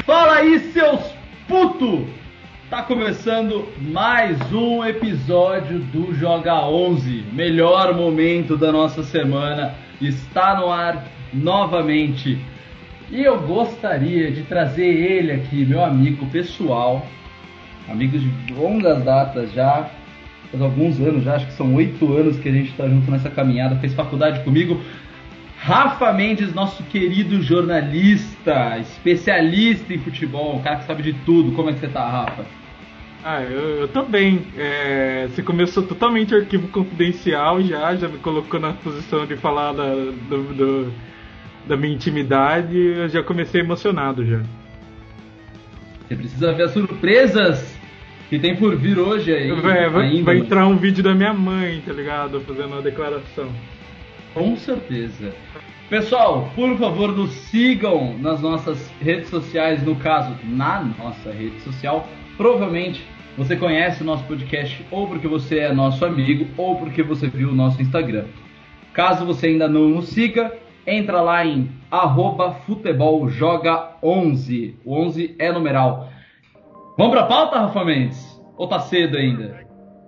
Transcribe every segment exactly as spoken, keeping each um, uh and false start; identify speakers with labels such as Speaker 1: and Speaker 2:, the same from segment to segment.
Speaker 1: Fala aí, seus putos! Tá começando mais um episódio do Joga onze. Melhor momento da nossa semana está no ar novamente. E eu gostaria de trazer ele aqui, meu amigo pessoal, amigos de longas datas já, faz alguns anos já, acho que são oito anos que a gente está junto nessa caminhada, fez faculdade comigo. Rafa Mendes, nosso querido jornalista, especialista em futebol, um cara que sabe de tudo. Como é que você tá, Rafa?
Speaker 2: Ah, eu, eu tô bem. É, você começou totalmente arquivo confidencial já, já me colocou na posição de falar da, do, do, da minha intimidade. Eu já comecei emocionado já.
Speaker 1: Você precisa ver as surpresas que tem por vir hoje aí.
Speaker 2: É, vai,
Speaker 1: ainda,
Speaker 2: vai
Speaker 1: mas...
Speaker 2: entrar um vídeo da minha mãe, tá ligado? Fazendo uma declaração.
Speaker 1: Com certeza. Pessoal, por favor, nos sigam nas nossas redes sociais, no caso, na nossa rede social. Provavelmente você conhece o nosso podcast ou porque você é nosso amigo ou porque você viu o nosso Instagram. Caso você ainda não nos siga, entra lá em arroba futeboljoga onze. O onze é numeral. Vamos pra pauta, Rafa Mendes? Ou tá cedo ainda?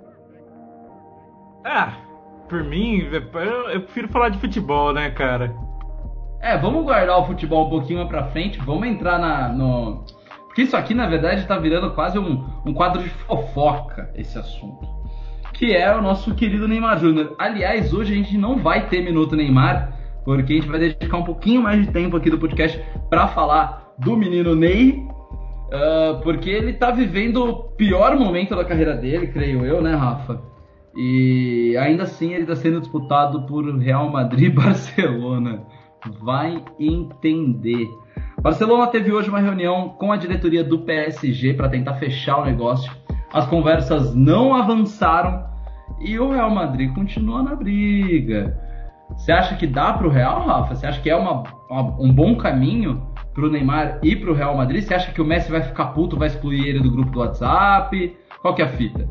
Speaker 2: Ah... Por mim, eu, eu prefiro falar de futebol, né, cara?
Speaker 1: É, vamos guardar o futebol um pouquinho mais pra frente, vamos entrar na, no... Porque isso aqui, na verdade, tá virando quase um, um quadro de fofoca, esse assunto. Que é o nosso querido Neymar Júnior. Aliás, hoje a gente não vai ter Minuto Neymar, porque a gente vai dedicar um pouquinho mais de tempo aqui do podcast pra falar do menino Ney, uh, porque ele tá vivendo o pior momento da carreira dele, creio eu, né, Rafa? E ainda assim ele está sendo disputado por Real Madrid e Barcelona. Vai entender. Barcelona teve hoje uma reunião com a diretoria do P S G para tentar fechar o negócio. As conversas não avançaram e o Real Madrid continua na briga. Você acha que dá para o Real, Rafa? Você acha que é uma, uma, um bom caminho para o Neymar ir para o Real Madrid? Você acha que o Messi vai ficar puto, vai excluir ele do grupo do WhatsApp? Qual que é a fita?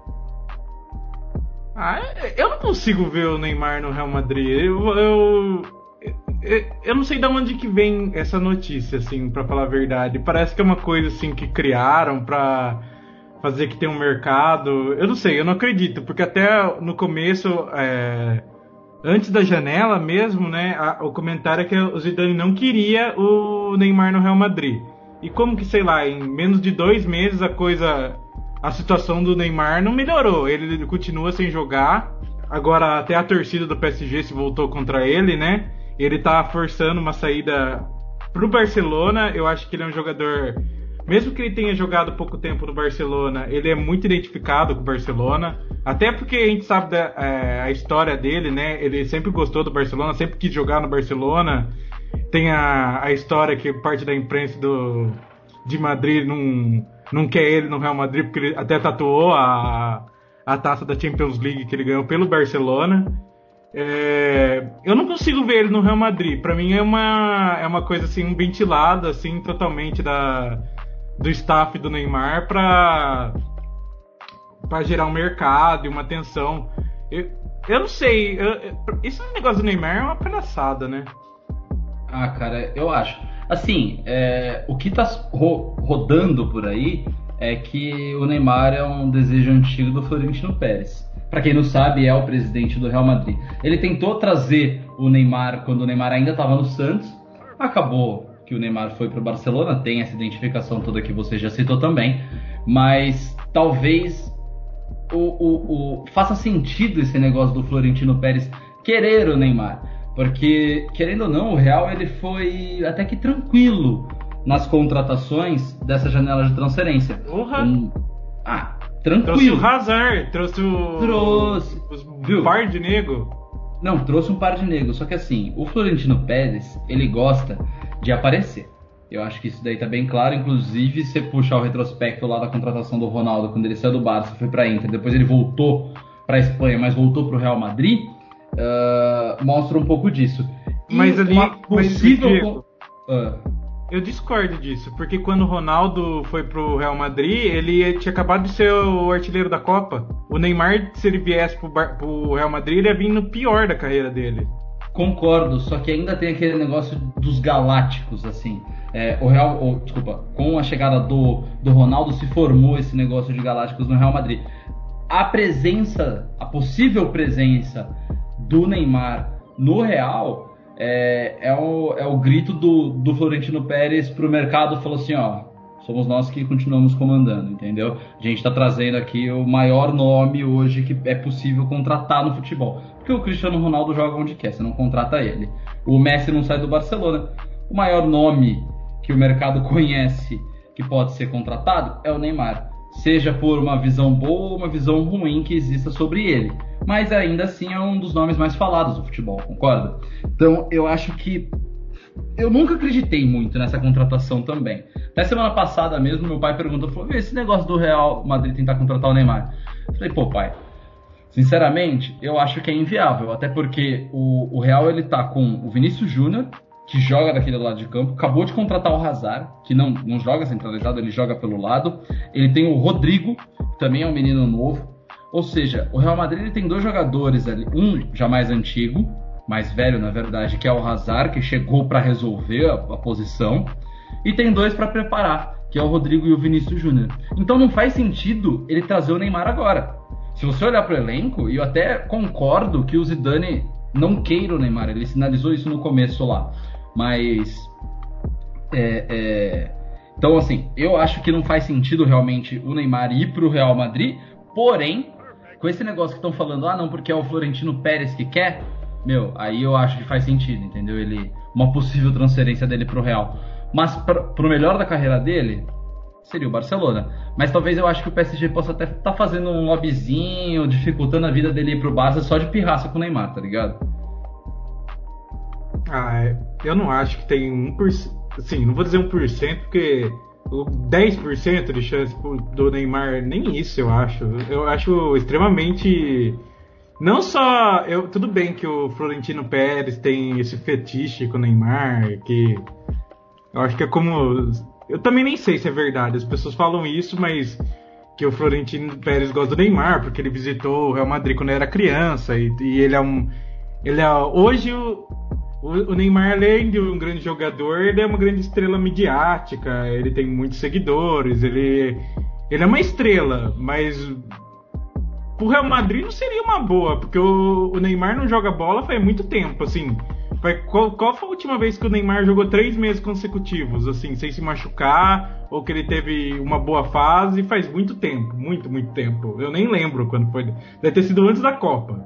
Speaker 2: Ah, eu não consigo ver o Neymar no Real Madrid. Eu, eu, eu, eu não sei de onde que vem essa notícia, assim, pra falar a verdade. Parece que é uma coisa, assim, que criaram pra fazer que tem um mercado. Eu não sei, eu não acredito, porque até no começo, é, antes da janela mesmo, né, a, o comentário é que o Zidane não queria o Neymar no Real Madrid. E como que, sei lá, em menos de dois meses a coisa... A situação do Neymar não melhorou, ele continua sem jogar. Agora até a torcida do P S G se voltou contra ele, né? Ele tá forçando uma saída pro Barcelona. Eu acho que ele é um jogador, mesmo que ele tenha jogado pouco tempo no Barcelona, ele é muito identificado com o Barcelona. Até porque a gente sabe da, é, a história dele, né? Ele sempre gostou do Barcelona, sempre quis jogar no Barcelona. Tem a, a história que parte da imprensa do, de Madrid não... Não quer ele no Real Madrid, porque ele até tatuou a, a taça da Champions League que ele ganhou pelo Barcelona. É, eu não consigo ver ele no Real Madrid. Pra mim é uma, é uma coisa assim, ventilada assim, totalmente da, do staff do Neymar pra, pra gerar um mercado e uma atenção. Eu, eu não sei. Eu, esse negócio do Neymar é uma palhaçada, né?
Speaker 1: Ah, cara, eu acho. Assim, é, o que tá ro- rodando por aí é que o Neymar é um desejo antigo do Florentino Pérez. Pra quem não sabe, é o presidente do Real Madrid. Ele tentou trazer o Neymar quando o Neymar ainda estava no Santos. Acabou que o Neymar foi pro Barcelona, tem essa identificação toda que você já citou também. Mas talvez o, o, o, faça sentido esse negócio do Florentino Pérez querer o Neymar. Porque, querendo ou não, o Real ele foi até que tranquilo nas contratações dessa janela de transferência.
Speaker 2: Porra!
Speaker 1: Um... Ah, tranquilo.
Speaker 2: Trouxe o Hazard, trouxe o...
Speaker 1: Trouxe.
Speaker 2: Os
Speaker 1: Viu?
Speaker 2: par de nego.
Speaker 1: Não, trouxe um par de negros. Só que assim, o Florentino Pérez, ele gosta de aparecer. Eu acho que isso daí tá bem claro. Inclusive, se você puxar o retrospecto lá da contratação do Ronaldo, quando ele saiu do Barça, foi pra Inter, depois ele voltou pra Espanha, mas voltou pro Real Madrid... Uh, mostra um pouco disso. E
Speaker 2: mas ali,
Speaker 1: uma possível...
Speaker 2: mas, Diego,
Speaker 1: uh.
Speaker 2: eu discordo disso, porque quando o Ronaldo foi pro Real Madrid, ele tinha acabado de ser o artilheiro da Copa. O Neymar, se ele viesse pro, Bar... pro Real Madrid, ele ia vir no pior da carreira dele.
Speaker 1: Concordo, só que ainda tem aquele negócio dos galácticos, assim. É, o Real, oh, desculpa, com a chegada do, do Ronaldo se formou esse negócio de galácticos no Real Madrid. A presença, a possível presença do Neymar no Real é, é, o, é o grito do, do Florentino Pérez pro mercado, falou assim, ó, somos nós que continuamos comandando, entendeu? A gente está trazendo aqui o maior nome hoje que é possível contratar no futebol. Porque o Cristiano Ronaldo joga onde quer, você não contrata ele. O Messi não sai do Barcelona. O maior nome que o mercado conhece que pode ser contratado é o Neymar. Seja por uma visão boa ou uma visão ruim que exista sobre ele. Mas ainda assim é um dos nomes mais falados do futebol, concorda? Então eu acho que eu nunca acreditei muito nessa contratação também. Até semana passada mesmo, meu pai perguntou, falou, esse negócio do Real Madrid tentar contratar o Neymar. Eu falei, pô pai, sinceramente, eu acho que é inviável. Até porque o, o Real ele tá com o Vinícius Júnior, que joga daquele lado de campo, acabou de contratar o Hazard, que não, não joga centralizado, ele joga pelo lado. Ele tem o Rodrigo, que também é um menino novo. Ou seja, o Real Madrid ele tem dois jogadores ali, um já mais antigo, mais velho na verdade, que é o Hazard, que chegou para resolver a, a posição, e tem dois para preparar, que é o Rodrigo e o Vinícius Júnior. Então não faz sentido ele trazer o Neymar agora. Se você olhar para o elenco, e eu até concordo que o Zidane não queira o Neymar, ele sinalizou isso no começo lá, mas é, é... então assim, eu acho que não faz sentido realmente o Neymar ir para o Real Madrid, porém, com esse negócio que estão falando, ah não, porque é o Florentino Pérez que quer, meu, aí eu acho que faz sentido, entendeu? Ele, uma possível transferência dele pro Real. Mas pra, pro melhor da carreira dele, seria o Barcelona. Mas talvez eu acho que o P S G possa até estar tá fazendo um lobbyzinho, dificultando a vida dele ir pro Barça só de pirraça com o Neymar, tá ligado?
Speaker 2: Ah, eu não acho que tem um por cento, assim, não vou dizer um por cento, porque dez por cento de chance do Neymar, nem isso eu acho. Eu acho extremamente... Não só... Eu, tudo bem que o Florentino Pérez tem esse fetiche com o Neymar, que eu acho que é como... Eu também nem sei se é verdade, as pessoas falam isso, mas que o Florentino Pérez gosta do Neymar, porque ele visitou o Real Madrid quando era criança, e, e ele é um... Ele é, hoje o, o Neymar, além de um grande jogador, ele é uma grande estrela midiática, ele tem muitos seguidores, ele, ele é uma estrela, mas pro Real Madrid não seria uma boa, porque o, o Neymar não joga bola faz muito tempo, assim. Qual, qual foi a última vez que o Neymar jogou três meses consecutivos, assim, sem se machucar, ou que ele teve uma boa fase? Faz muito tempo, muito, muito tempo. Eu nem lembro quando foi. Deve ter sido antes da Copa.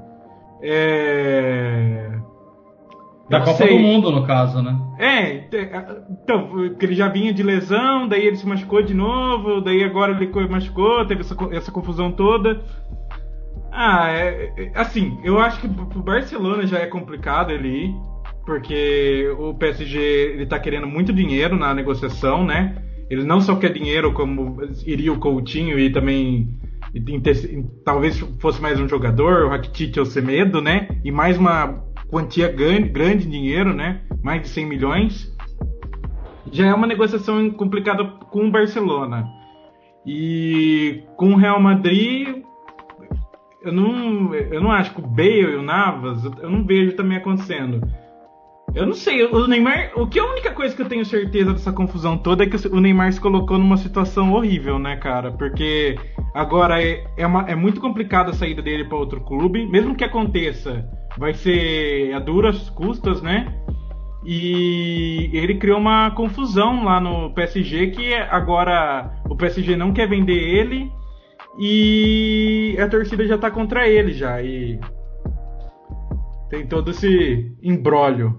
Speaker 2: É...
Speaker 1: Da Copa sei. do Mundo, no caso, né?
Speaker 2: É, então, porque ele já vinha de lesão, daí ele se machucou de novo, daí agora ele machucou, teve essa, essa confusão toda. Ah, é, é, assim, eu acho que pro Barcelona já é complicado ele ir, porque o P S G ele tá querendo muito dinheiro na negociação, né? Ele não só quer dinheiro como iria o Coutinho e também e, e, talvez fosse mais um jogador, o Rakitic ou o Semedo, né? E mais uma quantia grande, grande dinheiro, né? Mais de cem milhões. Já é uma negociação complicada com o Barcelona. E com o Real Madrid, eu não, eu não acho que o Bale e o Navas, eu não vejo também acontecendo. Eu não sei, o Neymar, o que a única coisa que eu tenho certeza dessa confusão toda é que o Neymar se colocou numa situação horrível, né, cara? Porque agora é, é, uma, é muito complicado a saída dele para outro clube, mesmo que aconteça, vai ser a duras custas, né? E ele criou uma confusão lá no P S G, que agora o P S G não quer vender ele e a torcida já tá contra ele já, e tem todo esse imbróglio.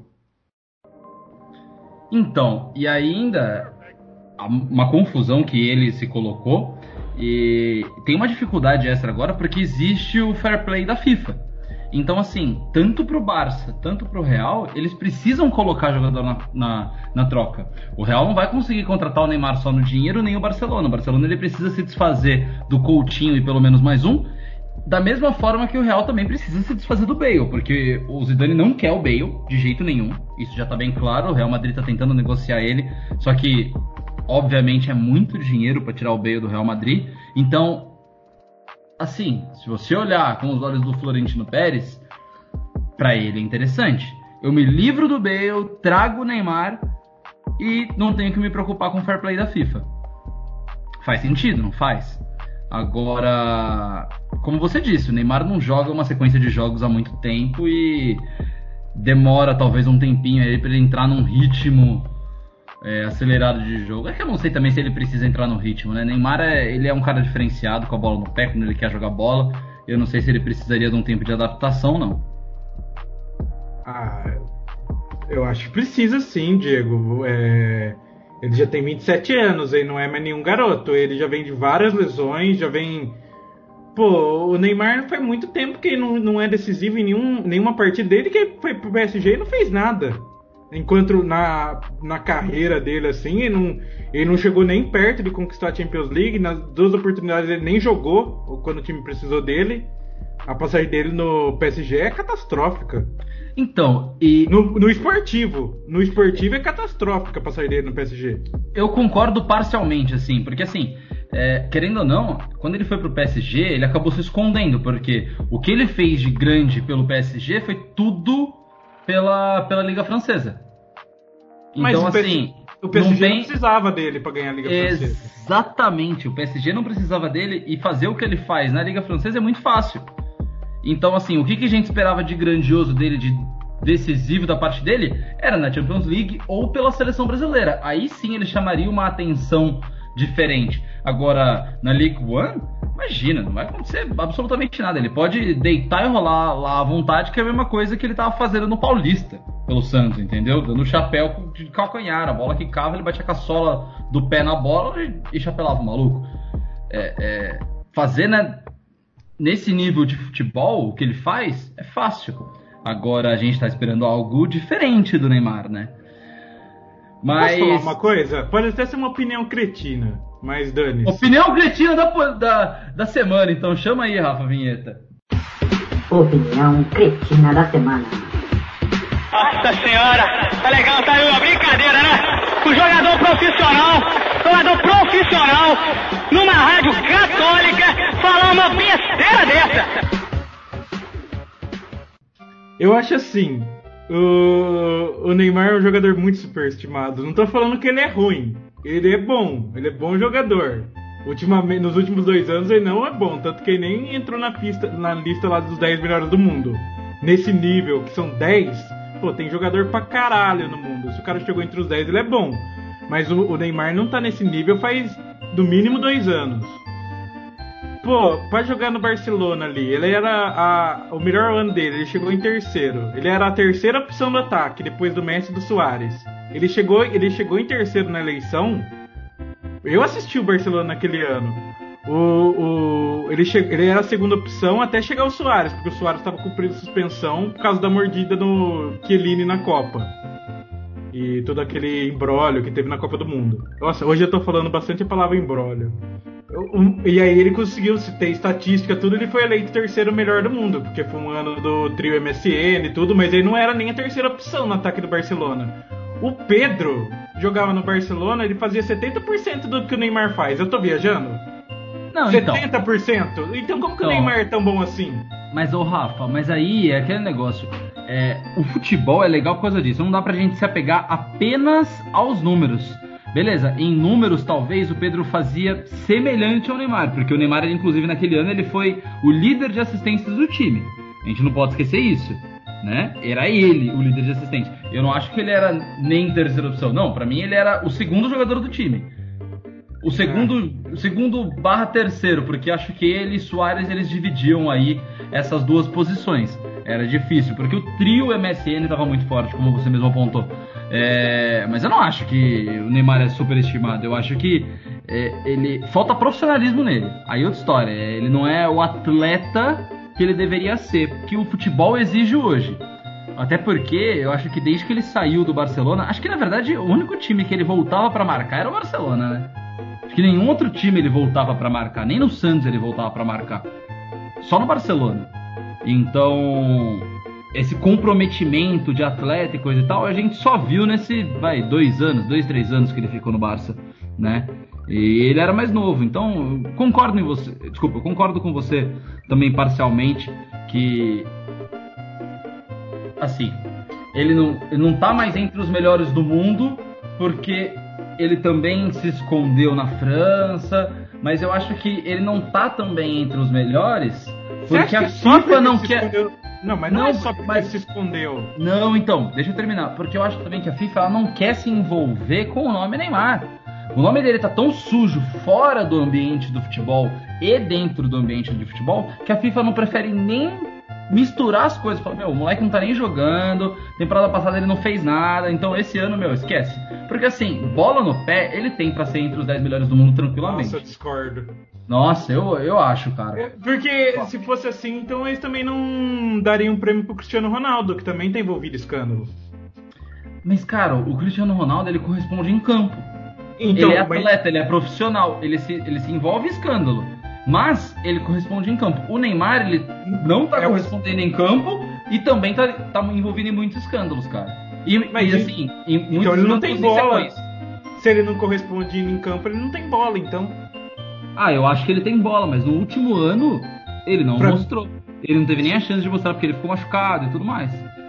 Speaker 1: Então, e ainda uma confusão que ele se colocou, e tem uma dificuldade extra agora porque existe o fair play da FIFA. Então, assim, tanto pro Barça, tanto pro Real, eles precisam colocar jogador na, na, na troca. O Real não vai conseguir contratar o Neymar só no dinheiro, nem o Barcelona. O Barcelona ele precisa se desfazer do Coutinho e pelo menos mais um, da mesma forma que o Real também precisa se desfazer do Bale, porque o Zidane não quer o Bale de jeito nenhum, isso já tá bem claro. O Real Madrid tá tentando negociar ele, só que obviamente é muito dinheiro para tirar o Bale do Real Madrid. Então, assim, se você olhar com os olhos do Florentino Pérez, para ele é interessante. Eu me livro do Bale, trago o Neymar e não tenho que me preocupar com o fair play da FIFA. Faz sentido, não faz? Agora, como você disse, o Neymar não joga uma sequência de jogos há muito tempo e demora talvez um tempinho aí para ele entrar num ritmo é, acelerado de jogo. É que eu não sei também se ele precisa entrar no ritmo, né? Neymar é, ele é um cara diferenciado com a bola no pé quando ele quer jogar bola. Eu não sei se ele precisaria de um tempo de adaptação, não.
Speaker 2: Ah, eu acho que precisa sim, Diego. É... Ele já tem vinte e sete anos, ele não é mais nenhum garoto. Ele já vem de várias lesões, já vem... Pô, o Neymar faz muito tempo que ele não, não é decisivo em nenhum, nenhuma partida dele, que ele foi pro P S G e não fez nada. Enquanto na, na carreira dele, assim, ele não, ele não chegou nem perto de conquistar a Champions League. Nas duas oportunidades ele nem jogou quando o time precisou dele. A passagem dele no P S G é catastrófica.
Speaker 1: Então, e...
Speaker 2: No, no esportivo. No esportivo é catastrófica a passagem dele no P S G.
Speaker 1: Eu concordo parcialmente, assim, porque assim, é, querendo ou não, quando ele foi pro P S G, ele acabou se escondendo, porque o que ele fez de grande pelo P S G foi tudo pela, pela Liga Francesa.
Speaker 2: Mas
Speaker 1: então,
Speaker 2: o P S G,
Speaker 1: assim...
Speaker 2: O P S G não,
Speaker 1: não tem...
Speaker 2: precisava dele pra ganhar a Liga Francesa.
Speaker 1: Exatamente, o P S G não precisava dele e fazer o que ele faz na Liga Francesa é muito fácil. Então, assim, o que, que a gente esperava de grandioso dele, de decisivo da parte dele, era na Champions League ou pela seleção brasileira. Aí sim ele chamaria uma atenção diferente. Agora, na League One, imagina, não vai acontecer absolutamente nada. Ele pode deitar e rolar lá à vontade, que é a mesma coisa que ele estava fazendo no Paulista, pelo Santos, entendeu? Dando chapéu de calcanhar, a bola quicava, ele batia com a sola do pé na bola e, e chapelava o maluco. É, é, fazer, né... Nesse nível de futebol, o que ele faz é fácil. Agora a gente tá esperando algo diferente do Neymar, né?
Speaker 2: Mas... Posso falar uma coisa? Pode até ser uma opinião cretina, mas dane-se.
Speaker 1: Opinião cretina da, da, da semana, então chama aí, Rafa, a vinheta.
Speaker 3: Opinião cretina da semana.
Speaker 4: Nossa senhora, tá legal, tá aí uma brincadeira, né? O jogador profissional, jogador profissional, numa rádio católica, falar uma besteira dessa.
Speaker 2: Eu acho assim, o, o Neymar é um jogador muito superestimado. Não tô falando que ele é ruim, ele é bom, ele é bom jogador. Ultimamente, nos últimos dois anos ele não é bom, tanto que ele nem entrou na, pista, na lista lá dos dez melhores do mundo. Nesse nível, que são dez... Pô, tem jogador pra caralho no mundo. Se o cara chegou entre os dez, ele é bom. Mas o, o Neymar não tá nesse nível faz, do mínimo, dois anos. Pô, pra jogar no Barcelona ali, ele era a, o melhor ano dele, ele chegou em terceiro. Ele era a terceira opção do ataque, depois do Messi e do Suárez. Ele chegou, ele chegou em terceiro na eleição. Eu assisti o Barcelona naquele ano. O, o, ele, che, ele era a segunda opção até chegar o Suárez, porque o Suárez estava cumprindo suspensão por causa da mordida no Chiellini na Copa. E todo aquele imbróglio que teve na Copa do Mundo. Nossa, hoje eu tô falando bastante a palavra imbróglio. Um, e aí ele conseguiu ter estatística, tudo, ele foi eleito terceiro melhor do mundo, porque foi um ano do trio M S N e tudo, mas ele não era nem a terceira opção no ataque do Barcelona. O Pedro jogava no Barcelona, ele fazia setenta por cento do que o Neymar faz. Eu tô viajando?
Speaker 1: Não,
Speaker 2: setenta por cento? Então, então como que então, o Neymar é tão bom assim?
Speaker 1: Mas, ô Rafa, mas aí é aquele negócio. É, o futebol é legal por causa disso. Não dá pra gente se apegar apenas aos números. Beleza, em números talvez o Pedro fazia semelhante ao Neymar, porque o Neymar, inclusive naquele ano, ele foi o líder de assistências do time. A gente não pode esquecer isso, né? Era ele o líder de assistência. Eu não acho que ele era nem terceira opção, não. Pra mim ele era o segundo jogador do time. O segundo, o segundo barra terceiro, porque acho que ele e Suárez, eles dividiam aí essas duas posições. Era difícil, porque o trio M S N estava muito forte, como você mesmo apontou. É, mas eu não acho que o Neymar é superestimado. Eu acho que é, ele falta profissionalismo nele. Aí outra história, ele não é o atleta que ele deveria ser, que o futebol exige hoje. Até porque eu acho que desde que ele saiu do Barcelona, acho que na verdade o único time que ele voltava para marcar era o Barcelona, né? Acho que nenhum outro time ele voltava para marcar, nem no Santos ele voltava para marcar. Só no Barcelona. Então, esse comprometimento de atleta e coisa e tal, a gente só viu nesse, vai, dois anos, dois, três anos que ele ficou no Barça, né? E ele era mais novo, então concordo em você, desculpa, eu concordo com você também parcialmente que, assim, ele não, ele não tá mais entre os melhores do mundo, porque ele também se escondeu na França, mas eu acho que ele não tá também entre os melhores, porque a FIFA não quer...
Speaker 2: Escondeu? Não, mas não, não é só porque mas... ele se escondeu.
Speaker 1: Não, então, deixa eu terminar, porque eu acho também que a FIFA ela não quer se envolver com o nome Neymar. O nome dele tá tão sujo fora do ambiente do futebol e dentro do ambiente do futebol que a FIFA não prefere nem misturar as coisas. Fala, meu, o moleque não tá nem jogando, temporada passada ele não fez nada, então esse ano, meu, esquece. Porque assim, bola no pé, ele tem pra ser entre os dez melhores do mundo tranquilamente.
Speaker 2: Nossa, eu discordo.
Speaker 1: Nossa, eu, eu acho, cara.
Speaker 2: É, porque se fosse assim, então eles também não dariam um prêmio pro Cristiano Ronaldo, que também tá envolvido em escândalo.
Speaker 1: Mas, cara, o Cristiano Ronaldo, ele corresponde em campo. Então, ele é atleta, mas... ele é profissional, ele se, ele se envolve em escândalo, mas ele corresponde em campo. O Neymar, ele não tá é correspondendo o... em campo e também tá, tá envolvido em muitos escândalos, cara. E, mas, e assim, em muitos
Speaker 2: então ele não tem bola. Se ele não corresponde em campo, ele não tem bola, então.
Speaker 1: Ah, eu acho que ele tem bola, mas no último ano ele não pra... mostrou. Ele não teve nem a chance de mostrar porque ele ficou machucado e tudo mais.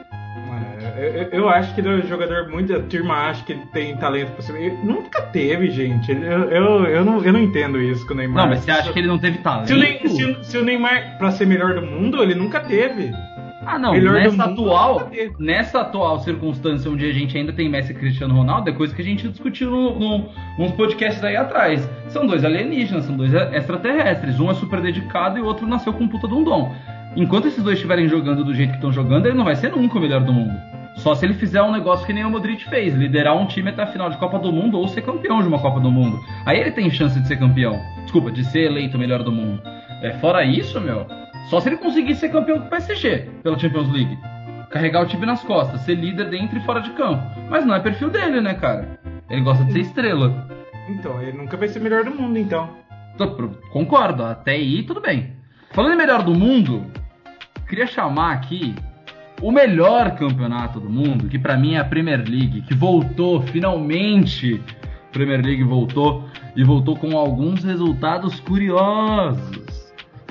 Speaker 2: Eu, eu acho que ele é um jogador muito... A turma acha que ele tem talento pra ser... Ele nunca teve, gente. Eu, eu, eu, não, eu não entendo isso com o Neymar.
Speaker 1: Não, mas você acha que ele não teve talento?
Speaker 2: Se o, Ney, se, se o Neymar, pra ser melhor do mundo, ele nunca teve.
Speaker 1: Ah, não. Melhor nessa, atual, nessa atual circunstância onde a gente ainda tem Messi e Cristiano Ronaldo, é coisa que a gente discutiu no, no, nos podcasts aí atrás. São dois alienígenas, são dois extraterrestres. Um é super dedicado e o outro nasceu com puta de um dom. Enquanto esses dois estiverem jogando do jeito que estão jogando, ele não vai ser nunca o melhor do mundo. Só se ele fizer um negócio que nem o Modric fez, liderar um time até a final de Copa do Mundo ou ser campeão de uma Copa do Mundo. Aí ele tem chance de ser campeão. Desculpa, de ser eleito o melhor do mundo. É, fora isso, meu, só se ele conseguir ser campeão do P S G pela Champions League. Carregar o time nas costas, ser líder dentro e fora de campo. Mas não é perfil dele, né, cara? Ele gosta de ser estrela.
Speaker 2: Então, ele nunca vai ser melhor do mundo, então.
Speaker 1: Concordo, até aí tudo bem. Falando em melhor do mundo, queria chamar aqui o melhor campeonato do mundo, que pra mim é a Premier League, que voltou, finalmente, a Premier League voltou, e voltou com alguns resultados curiosos.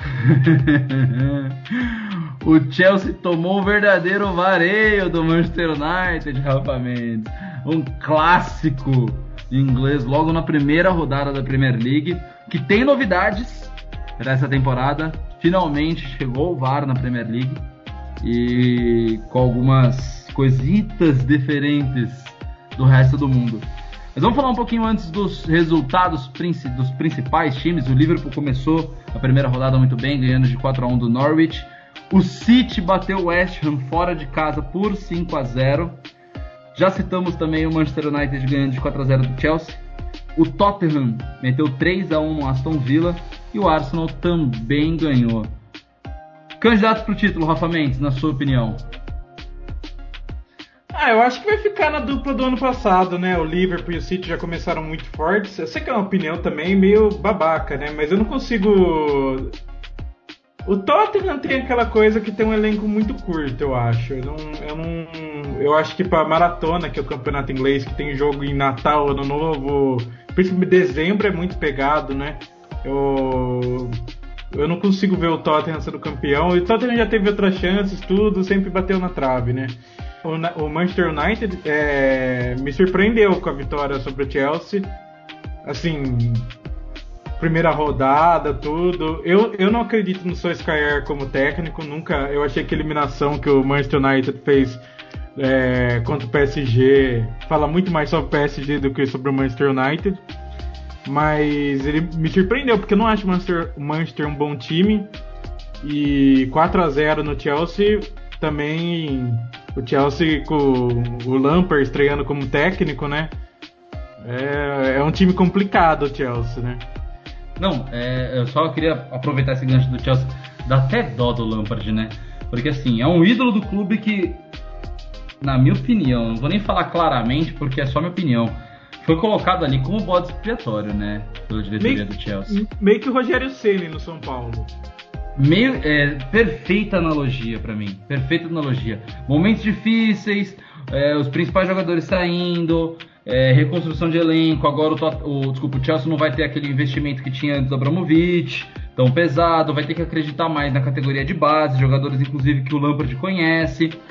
Speaker 1: O Chelsea tomou o verdadeiro vareio do Manchester United, Rafa Mendes. Um clássico inglês logo na primeira rodada da Premier League, que tem novidades para essa temporada. Finalmente chegou o V A R na Premier League, e com algumas coisitas diferentes do resto do mundo. Mas vamos falar um pouquinho antes dos resultados dos principais times. O Liverpool começou a primeira rodada muito bem, ganhando de quatro a um do Norwich. O City bateu o West Ham fora de casa por cinco a zero. Já citamos também o Manchester United ganhando de quatro a zero do Chelsea. O Tottenham meteu três a um no Aston Villa. E o Arsenal também ganhou. Candidatos para o título, Rafa Mendes, na sua opinião?
Speaker 2: Ah, eu acho que vai ficar na dupla do ano passado, né? O Liverpool e o City já começaram muito fortes. Eu sei que é uma opinião também meio babaca, né? Mas eu não consigo... O Tottenham tem aquela coisa que tem um elenco muito curto, eu acho. Eu, não, eu, não, eu acho que para maratona, que é o campeonato inglês, que tem jogo em Natal, Ano Novo, principalmente dezembro, é muito pegado, né? Eu... Eu não consigo ver o Tottenham sendo campeão. E o Tottenham já teve outras chances, tudo, sempre bateu na trave, né? O, o Manchester United é, me surpreendeu com a vitória sobre o Chelsea. Assim, primeira rodada, tudo. Eu, eu não acredito no Solskjaer como técnico, nunca. Eu achei que a eliminação que o Manchester United fez é, contra o P S G fala muito mais sobre o P S G do que sobre o Manchester United. Mas ele me surpreendeu, porque eu não acho o Manchester, o Manchester um bom time. E quatro a zero no Chelsea, também o Chelsea com o Lampard estreando como técnico, né? É, é um time complicado o Chelsea, né?
Speaker 1: Não, é, eu só queria aproveitar esse gancho do Chelsea. Dá até dó do Lampard, né? Porque assim, é um ídolo do clube que, na minha opinião, não vou nem falar claramente porque é só minha opinião, foi colocado ali como bode expiatório, né? Pela diretoria meio, do Chelsea.
Speaker 2: Meio que o Rogério Ceni no São Paulo.
Speaker 1: Meio, é, perfeita analogia pra mim. Perfeita analogia. Momentos difíceis, é, os principais jogadores saindo, é, reconstrução de elenco. Agora o, o, desculpa, o Chelsea não vai ter aquele investimento que tinha antes do Abramovich, tão pesado. Vai ter que acreditar mais na categoria de base, jogadores inclusive que o Lampard conhece.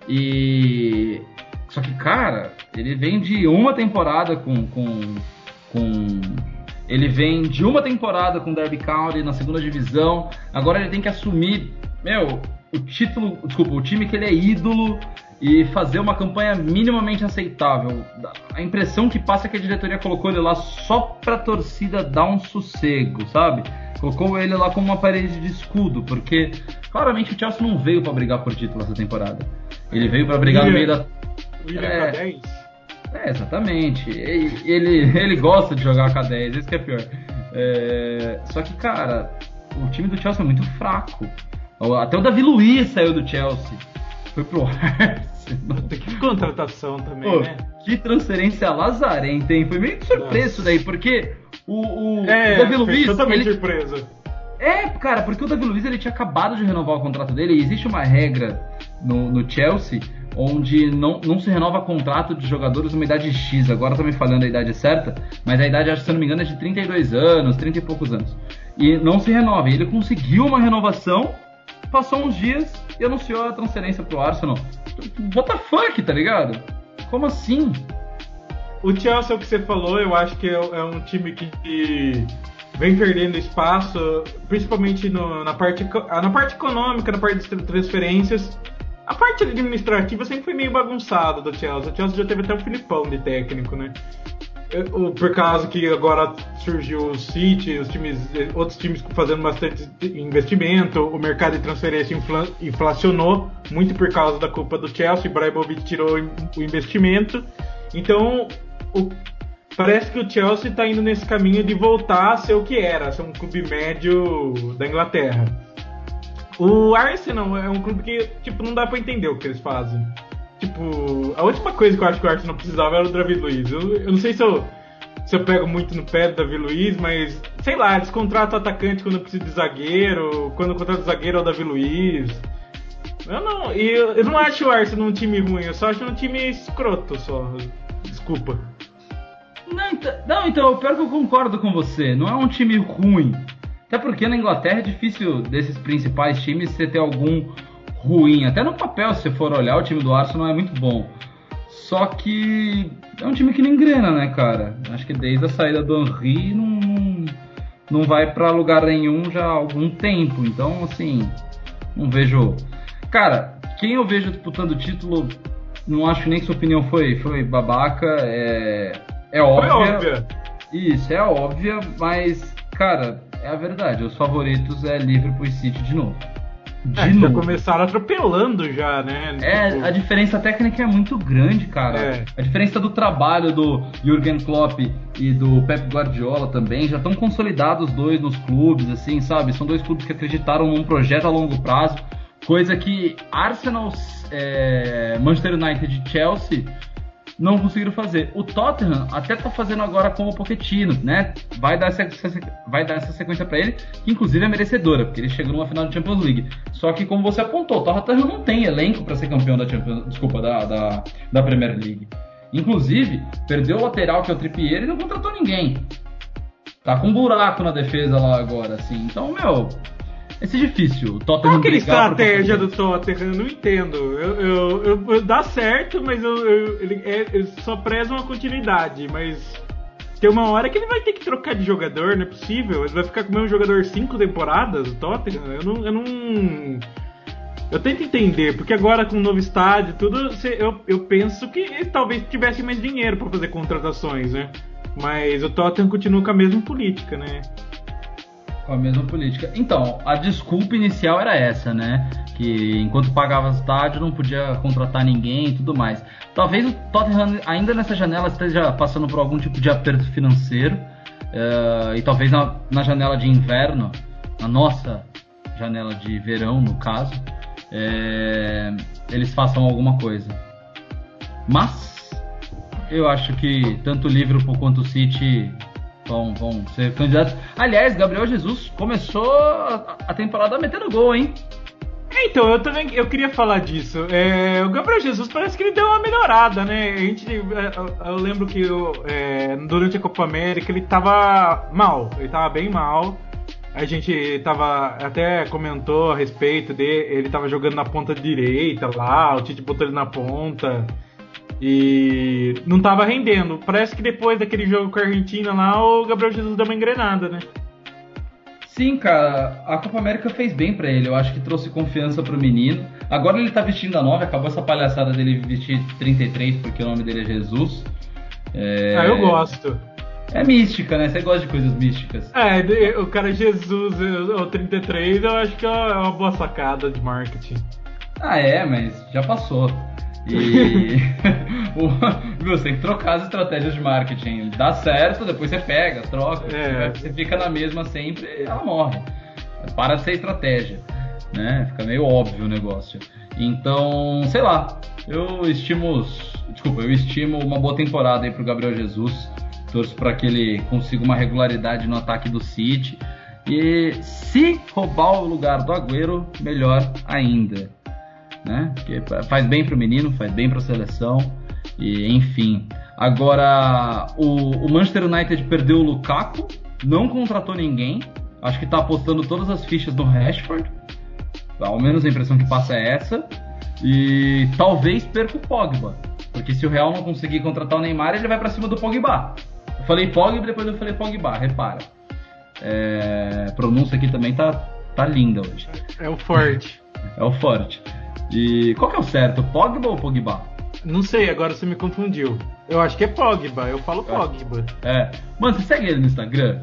Speaker 1: E só que, cara, ele vem de uma temporada com, com, com... Ele vem de uma temporada com Derby County na segunda divisão. Agora ele tem que assumir, meu, o título, desculpa, o time que ele é ídolo e fazer uma campanha minimamente aceitável. A impressão que passa é que a diretoria colocou ele lá só pra torcida dar um sossego, sabe? Colocou ele lá como uma parede de escudo, porque claramente o Chelsea não veio pra brigar por título essa temporada. Ele veio pra brigar
Speaker 2: William,
Speaker 1: no meio da...
Speaker 2: William
Speaker 1: é,
Speaker 2: K dez?
Speaker 1: É, exatamente. Ele, ele, ele gosta de jogar K dez, isso que é pior. É, só que, cara, o time do Chelsea é muito fraco. Até o Davi Luiz saiu do Chelsea. Foi pro Arsenal.
Speaker 2: Que contratação também,
Speaker 1: Pô,
Speaker 2: né?
Speaker 1: Que transferência lazarenta, hein? Foi meio surpresa isso daí, porque o, o,
Speaker 2: é,
Speaker 1: o Davi Luiz...
Speaker 2: totalmente
Speaker 1: ele...
Speaker 2: surpresa.
Speaker 1: É, cara, porque o Davi Luiz ele tinha acabado de renovar o contrato dele e existe uma regra no, no Chelsea onde não, não se renova contrato de jogadores numa idade X. Agora tô me falando a idade certa, mas a idade, se eu não me engano, é de trinta e dois anos, trinta e poucos anos. E não se renova. E ele conseguiu uma renovação, passou uns dias e anunciou a transferência pro Arsenal. What the fuck, tá ligado? Como assim?
Speaker 2: O Chelsea, é o que você falou, eu acho que é, é um time que, que vem perdendo espaço, principalmente no, na, parte, na parte econômica, na parte de transferências. A parte administrativa sempre foi meio bagunçada do Chelsea. O Chelsea já teve até o Filipão de técnico, né? Por causa que agora surgiu o City, os times, outros times fazendo bastante investimento, o mercado de transferência infla, inflacionou, muito por causa da culpa do Chelsea, o Ibrahimovic tirou o investimento. Então, o, parece que o Chelsea está indo nesse caminho de voltar a ser o que era, ser um clube médio da Inglaterra. O Arsenal é um clube que, tipo, não dá pra entender o que eles fazem. Tipo, a última coisa que eu acho que o Arsenal precisava era o David Luiz. Eu, eu não sei se eu, se eu pego muito no pé do David Luiz, mas, sei lá, eles contratam atacante quando precisa de zagueiro, quando contratam zagueiro é o David Luiz. Eu não, eu, eu não acho o Arsenal um time ruim, eu só acho um time escroto, só. Desculpa.
Speaker 1: Não, então, não, então, o pior é que eu concordo com você, não é um time ruim. Até porque na Inglaterra é difícil desses principais times você ter algum ruim. Até no papel, se você for olhar, o time do Arsenal é muito bom. Só que é um time que não engrena, né, cara? Acho que desde a saída do Henry não, não, não vai pra lugar nenhum já há algum tempo. Então, assim, não vejo... Cara, quem eu vejo disputando o título, não acho nem que sua opinião foi, foi babaca. É, é óbvia.
Speaker 2: Foi óbvia.
Speaker 1: Isso, é óbvia, mas, cara... É a verdade, os favoritos é Liverpool e City de novo. De
Speaker 2: é,
Speaker 1: novo.
Speaker 2: Já começaram atropelando já, né?
Speaker 1: É, tipo... a diferença técnica é muito grande, cara. É. A diferença do trabalho do Jürgen Klopp e do Pep Guardiola também, já estão consolidados os dois nos clubes, assim, sabe? São dois clubes que acreditaram num projeto a longo prazo, coisa que Arsenal, é, Manchester United e Chelsea não conseguiram fazer. O Tottenham até tá fazendo agora com o Pochettino, né? Vai dar essa, vai dar essa sequência pra ele, que inclusive é merecedora, porque ele chegou numa final de Champions League. Só que, como você apontou, o Tottenham não tem elenco pra ser campeão da Champions, desculpa, da, da, da Premier League. Inclusive, perdeu o lateral, que é o Trippier, e não contratou ninguém. Tá com um buraco na defesa lá agora, assim. Então, meu... Vai ser difícil. O Tottenham.
Speaker 2: Qual que é a estratégia do Tottenham? Eu não entendo. Eu, eu, eu, eu dá certo, mas eu, eu, ele, é, ele só preza uma continuidade. Mas tem uma hora que ele vai ter que trocar de jogador, não é possível. Ele vai ficar com o mesmo jogador cinco temporadas, o Tottenham. Eu não, eu não. Eu tento entender, porque agora com o novo estádio e tudo, eu, eu penso que ele talvez tivesse mais dinheiro para fazer contratações, né? Mas o Tottenham continua com a mesma política, né?
Speaker 1: Com a mesma política. Então, a desculpa inicial era essa, né? Que enquanto pagava o estádio não podia contratar ninguém e tudo mais. Talvez o Tottenham ainda nessa janela esteja passando por algum tipo de aperto financeiro. Uh, e talvez na, na janela de inverno, na nossa janela de verão, no caso, é, eles façam alguma coisa. Mas eu acho que tanto o Liverpool quanto o City... Vão, vão ser candidatos. Aliás, Gabriel Jesus começou a temporada metendo gol, hein?
Speaker 2: Então, eu também eu queria falar disso. É, o Gabriel Jesus parece que ele deu uma melhorada, né? A gente, eu, eu lembro que eu, é, durante a Copa América ele tava mal. Ele tava bem mal. a gente tava, até comentou a respeito dele, ele tava jogando na ponta direita lá, o Tite botou ele na ponta e não tava rendendo. Parece que depois daquele jogo com a Argentina lá, o Gabriel Jesus deu uma engrenada, né?
Speaker 1: Sim, cara, a Copa América fez bem pra ele, eu acho que trouxe confiança pro menino. Agora ele tá vestindo a nove, acabou essa palhaçada dele vestir trinta e três porque o nome dele é Jesus. É...
Speaker 2: Ah, eu gosto.
Speaker 1: É mística, né? Você gosta de coisas místicas.
Speaker 2: É, o cara Jesus, o trinta e três, eu acho que é uma boa sacada de marketing.
Speaker 1: Ah, é, mas já passou. E você tem que trocar as estratégias de marketing. Dá certo, depois você pega, troca. É. Você fica na mesma sempre, ela morre. Para de ser estratégia, né? Fica meio óbvio o negócio. Então, sei lá, eu estimo, desculpa, eu estimo uma boa temporada aí pro Gabriel Jesus. Torço para que ele consiga uma regularidade no ataque do City. E se roubar o lugar do Agüero, melhor ainda. Né? Porque faz bem pro menino, faz bem pra seleção. E enfim. Agora, o, o Manchester United perdeu o Lukaku, não contratou ninguém. Acho que tá apostando todas as fichas no Rashford. Ao menos a impressão que passa é essa. E talvez perca o Pogba. Porque se o Real não conseguir contratar o Neymar, ele vai pra cima do Pogba. Eu falei Pogba e depois eu falei Pogba, repara. É, a pronúncia aqui também tá, tá linda hoje.
Speaker 2: É o forte.
Speaker 1: É o forte. E qual que é o certo, Pogba ou Pogba?
Speaker 2: Não sei, agora você me confundiu. Eu acho que é Pogba, eu falo Pogba.
Speaker 1: É. Mano, você segue ele no Instagram?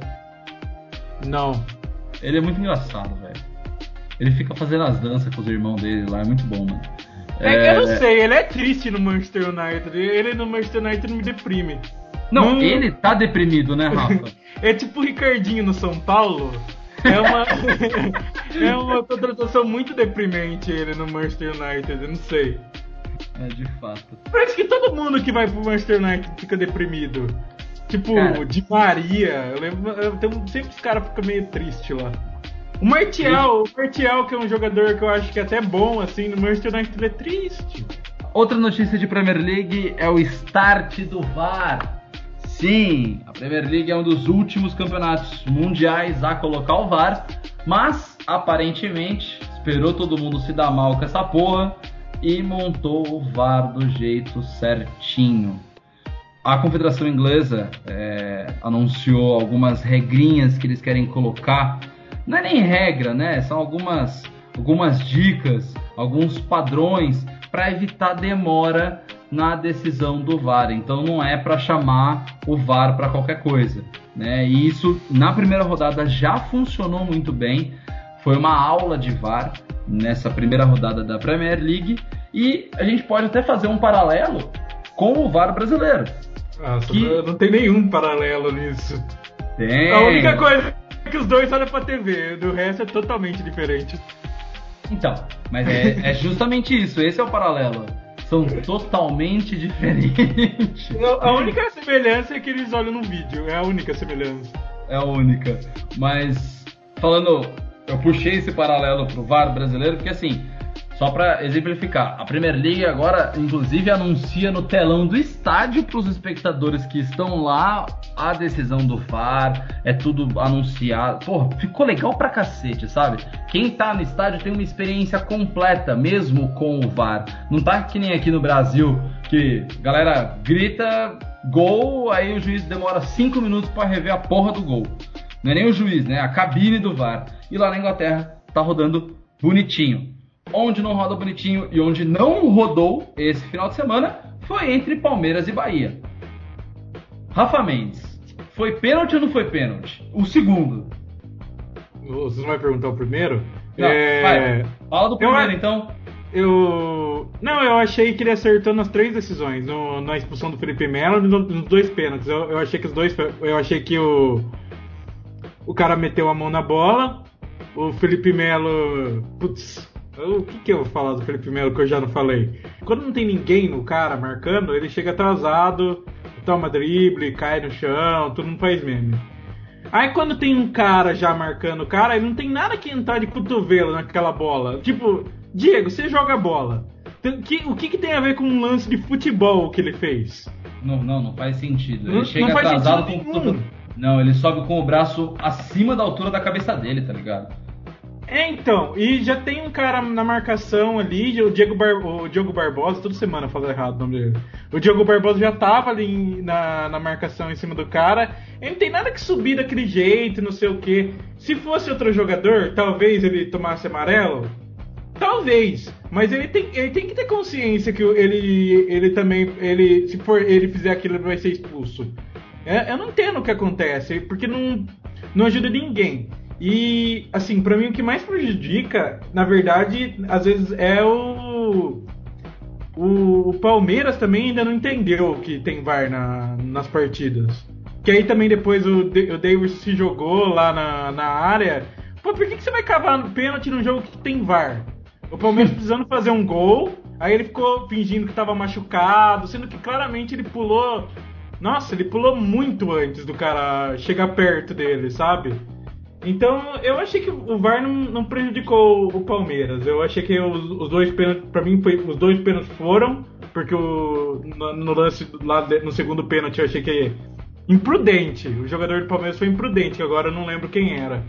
Speaker 2: Não.
Speaker 1: Ele é muito engraçado, velho. Ele fica fazendo as danças com os irmãos dele lá, é muito bom, mano.
Speaker 2: É, é... Eu não sei, ele é triste no Manchester United. Ele no Manchester United não me deprime.
Speaker 1: Não, não... ele tá deprimido, né, Rafa?
Speaker 2: É tipo o Ricardinho no São Paulo. É uma, é uma contratação muito deprimente ele no Manchester United, eu não sei.
Speaker 1: É, de fato.
Speaker 2: Parece que todo mundo que vai pro Manchester United fica deprimido. Tipo, cara, Di Maria, eu lembro, eu tenho, sempre os caras ficam meio tristes lá. O Martial, o Martial, que é um jogador que eu acho que é até bom, assim, no Manchester United ele é triste.
Speaker 1: Outra notícia de Premier League é o start do V A R. Sim, a Premier League é um dos últimos campeonatos mundiais a colocar o V A R, mas aparentemente esperou todo mundo se dar mal com essa porra e montou o V A R do jeito certinho. A Confederação Inglesa é, anunciou algumas regrinhas que eles querem colocar. Não é nem regra, né? São algumas, algumas dicas, alguns padrões para evitar demora na decisão do V A R. Então não é para chamar o V A R para qualquer coisa, né? E isso na primeira rodada já funcionou muito bem. Foi uma aula de V A R nessa primeira rodada da Premier League e a gente pode até fazer um paralelo com o V A R brasileiro.
Speaker 2: Nossa,
Speaker 1: que...
Speaker 2: não tem nenhum paralelo nisso.
Speaker 1: Tem.
Speaker 2: A única coisa é que os dois olham pra T V, do resto é totalmente diferente.
Speaker 1: Então, mas é, é justamente isso, esse é o paralelo. São totalmente diferentes.
Speaker 2: A única semelhança é que eles olham no vídeo, é a única semelhança.
Speaker 1: É a única. Mas, falando, eu puxei esse paralelo pro V A R brasileiro, porque assim, só pra exemplificar, a Premier League agora, inclusive, anuncia no telão do estádio pros espectadores que estão lá a decisão do V A R, é tudo anunciado. Porra, ficou legal pra cacete, sabe? Quem tá no estádio tem uma experiência completa, mesmo com o V A R. Não tá que nem aqui no Brasil, que a galera grita gol, aí o juiz demora cinco minutos pra rever a porra do gol. Não é nem o juiz, né? A cabine do V A R. E lá na Inglaterra tá rodando bonitinho. Onde não roda bonitinho e onde não rodou esse final de semana foi entre Palmeiras e Bahia. Rafa Mendes, foi pênalti ou não foi pênalti? O segundo.
Speaker 2: Você não vai perguntar o primeiro?
Speaker 1: Não,
Speaker 2: é...
Speaker 1: vai. Fala do primeiro,
Speaker 2: eu,
Speaker 1: então.
Speaker 2: Eu... Não, eu achei que ele acertou nas três decisões. No, na expulsão do Felipe Melo e no, nos dois pênaltis. Eu, eu achei que os dois... Eu achei que o... O cara meteu a mão na bola. O Felipe Melo... Putz... O que, que eu vou falar do Felipe Melo que eu já não falei? Quando não tem ninguém no cara marcando, ele chega atrasado, toma drible, cai no chão, tudo não faz meme. Aí quando tem um cara já marcando o cara, ele não tem nada que entrar de cotovelo naquela bola. Tipo, Diego, você joga bola. O que, que tem a ver com um lance de futebol que ele fez?
Speaker 1: Não, não, não faz sentido. Ele
Speaker 2: não,
Speaker 1: chega
Speaker 2: não faz
Speaker 1: atrasado
Speaker 2: sentido
Speaker 1: com,
Speaker 2: nenhum.
Speaker 1: Não, ele sobe com o braço acima da altura da cabeça dele, tá ligado?
Speaker 2: É, então, e já tem um cara na marcação ali, o Diego, Bar... o Diogo Barbosa, toda semana eu falo errado o nome dele. O Diogo Barbosa já tava ali em, na, na marcação em cima do cara. Ele não tem nada que subir daquele jeito, não sei o que. Se fosse outro jogador, talvez ele tomasse amarelo. Talvez, mas ele tem, ele tem que ter consciência que ele, ele também, ele, se for ele fizer aquilo, ele vai ser expulso. É, eu não entendo o que acontece, porque não, não ajuda ninguém. E, assim, pra mim o que mais prejudica, na verdade, às vezes é o... O, o Palmeiras também ainda não entendeu que tem V A R na, nas partidas. Que aí também depois o, o Davis se jogou lá na, na área. Pô, por que, que você vai cavar pênalti num jogo que tem V A R? O Palmeiras precisando fazer um gol, aí ele ficou fingindo que tava machucado, sendo que claramente ele pulou... Nossa, ele pulou muito antes do cara chegar perto dele, sabe? Então, eu achei que o V A R não, não prejudicou o Palmeiras. Eu achei que os, os dois pênaltis, pra mim, foi, os dois pênaltis foram, porque o, no, no lance lá no segundo pênalti eu achei que imprudente. O jogador do Palmeiras foi imprudente, que agora eu não lembro quem era.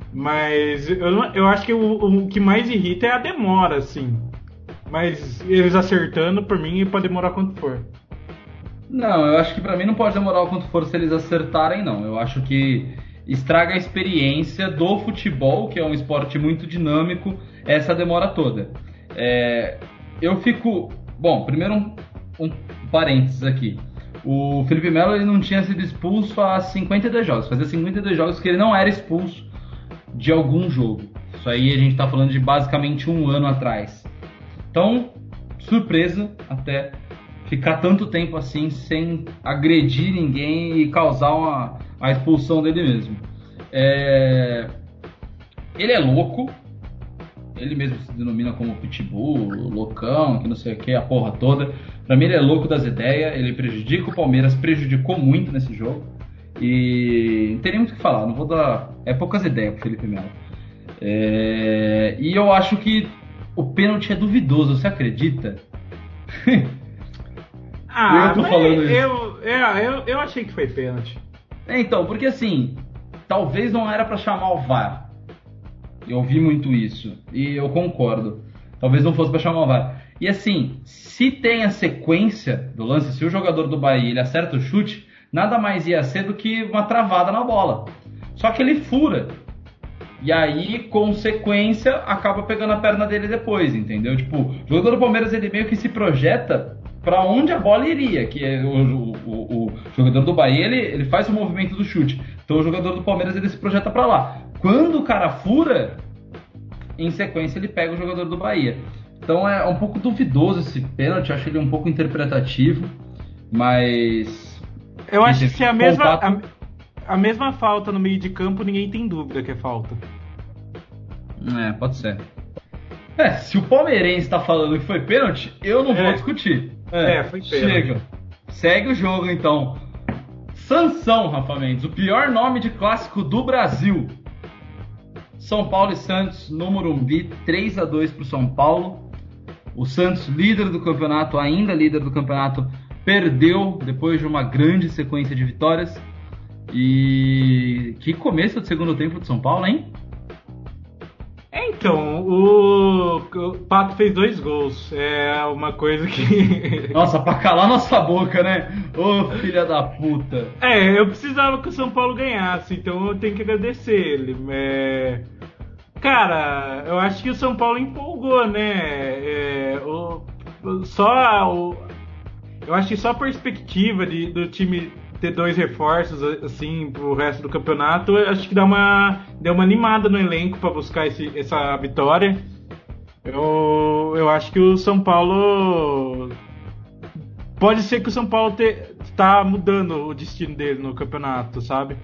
Speaker 2: Mas eu, eu acho que o, o que mais irrita é a demora, assim. Mas eles acertando, por mim, pode demorar quanto for.
Speaker 1: Não, eu acho que pra mim não pode demorar o quanto for se eles acertarem, não. Eu acho que estraga a experiência do futebol, que é um esporte muito dinâmico, essa demora toda. É, eu fico... Bom, primeiro um, um parênteses aqui. O Felipe Melo ele não tinha sido expulso há cinquenta e dois jogos. Fazia cinquenta e dois jogos que ele não era expulso de algum jogo. Isso aí a gente tá falando de basicamente um ano atrás. Então, surpresa até ficar tanto tempo assim sem agredir ninguém e causar uma, a expulsão dele mesmo. É... Ele é louco, ele mesmo se denomina como pitbull, loucão, que não sei o que, a porra toda. Pra mim ele é louco das ideias, ele prejudica o Palmeiras, prejudicou muito nesse jogo. E não tem nem muito o que falar, não vou dar... É poucas ideias pro Felipe Melo. É... E eu acho que o pênalti é duvidoso, você acredita?
Speaker 2: Ah, eu tô falando isso. Eu, é, eu, eu achei que foi pênalti.
Speaker 1: É, então, porque assim, talvez não era pra chamar o V A R. Eu ouvi muito isso, e eu concordo. Talvez não fosse pra chamar o V A R. E assim, se tem a sequência do lance, se o jogador do Bahia ele acerta o chute, nada mais ia ser do que uma travada na bola. Só que ele fura. E aí, com sequência, acaba pegando a perna dele depois, entendeu? Tipo, o jogador do Palmeiras ele meio que se projeta para onde a bola iria, que é o, o, o, o jogador do Bahia, ele, ele faz o movimento do chute. Então o jogador do Palmeiras ele se projeta para lá. Quando o cara fura, em sequência ele pega o jogador do Bahia. Então é um pouco duvidoso esse pênalti, eu acho ele um pouco interpretativo, mas...
Speaker 2: Eu acho que se a mesma, a, a mesma falta no meio de campo, ninguém tem dúvida que é falta.
Speaker 1: É, pode ser. É, se o palmeirense tá falando que foi pênalti, eu não é. vou discutir.
Speaker 2: É, é, foi pênalti.
Speaker 1: Chega. Segue o jogo, então. Sansão, Rafa Mendes, o pior nome de clássico do Brasil. São Paulo e Santos no Morumbi, três a dois pro São Paulo. O Santos, líder do campeonato, ainda líder do campeonato, perdeu depois de uma grande sequência de vitórias. E que começo de segundo tempo de São Paulo, hein?
Speaker 2: Então, o... o Pato fez dois gols. É uma coisa que...
Speaker 1: Nossa, pra calar nossa boca, né? Ô, filha da puta.
Speaker 2: É, eu precisava que o São Paulo ganhasse, então eu tenho que agradecer ele. É... Cara, eu acho que o São Paulo empolgou, né? É... O... Só... O... Eu acho que só a perspectiva de, do time ter dois reforços, assim, pro resto do campeonato, eu acho que dá uma, deu uma animada no elenco para buscar esse, essa vitória. Eu, eu acho que o São Paulo... Pode ser que o São Paulo está mudando o destino dele no campeonato, sabe?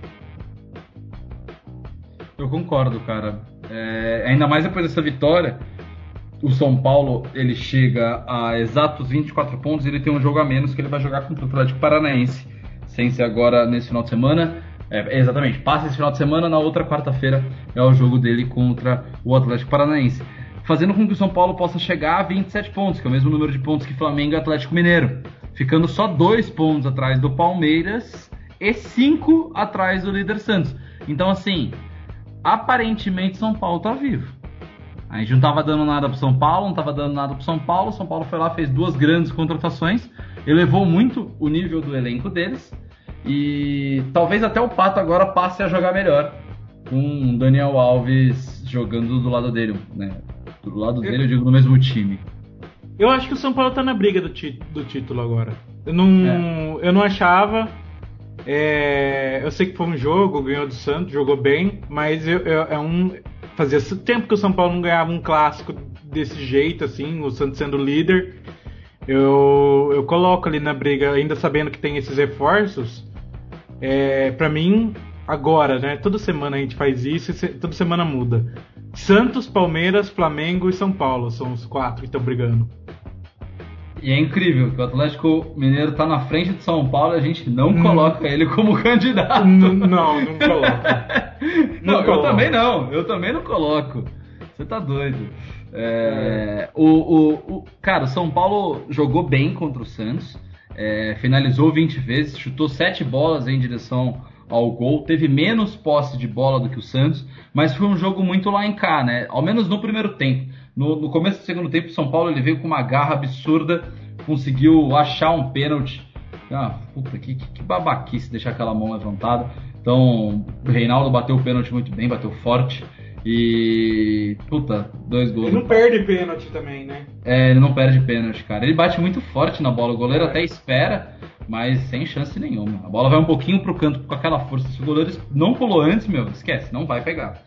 Speaker 1: Eu concordo, cara. É, ainda mais depois dessa vitória, o São Paulo ele chega a exatos vinte e quatro pontos e ele tem um jogo a menos que ele vai jogar contra o Atlético Paranaense. Sem ser agora nesse final de semana. É, exatamente, passa esse final de semana, na outra quarta-feira é o jogo dele contra o Atlético Paranaense. Fazendo com que o São Paulo possa chegar a vinte e sete pontos, que é o mesmo número de pontos que Flamengo e Atlético Mineiro. Ficando só dois pontos atrás do Palmeiras e cinco atrás do líder Santos. Então, assim, aparentemente São Paulo tá vivo. A gente não tava dando nada pro São Paulo, não tava dando nada pro São Paulo. São Paulo foi lá, fez duas grandes contratações, elevou muito o nível do elenco deles. E talvez até o Pato agora passe a jogar melhor, com o Daniel Alves jogando do lado dele, né? Do lado dele, eu digo, no mesmo time.
Speaker 2: Eu acho que o São Paulo tá na briga do, ti- do título agora. Eu não, é. eu não achava. É, eu sei que foi um jogo, ganhou do Santos, jogou bem, mas eu, eu, é um, fazia tempo que o São Paulo não ganhava um clássico desse jeito, assim, o Santos sendo líder. Eu, eu coloco ali na briga, ainda sabendo que tem esses reforços. É, pra mim, agora, né? Toda semana a gente faz isso e toda semana muda. Santos, Palmeiras, Flamengo e São Paulo são os quatro que estão brigando.
Speaker 1: E é incrível que o Atlético Mineiro tá na frente de São Paulo e a gente não hum. coloca ele como candidato.
Speaker 2: N- não, não coloca.
Speaker 1: não, não eu coloca. também não. Eu também não coloco. Você tá doido. É, é. O, o, o, cara, o São Paulo jogou bem contra o Santos. É, finalizou vinte vezes, chutou sete bolas em direção ao gol, teve menos posse de bola do que o Santos, mas foi um jogo muito lá em cá, né? Ao menos no primeiro tempo. No, no começo do segundo tempo, o São Paulo ele veio com uma garra absurda, conseguiu achar um pênalti. Ah, puta, que, que babaquice deixar aquela mão levantada. Então, o Reinaldo bateu o pênalti muito bem, bateu forte. E, puta, dois gols.
Speaker 2: Ele não perde pênalti também, né?
Speaker 1: É, ele não perde pênalti, cara. Ele bate muito forte na bola, o goleiro é. até espera, mas sem chance nenhuma. A bola vai um pouquinho pro canto com aquela força. Se o goleiro não pulou antes, meu, esquece, não vai pegar.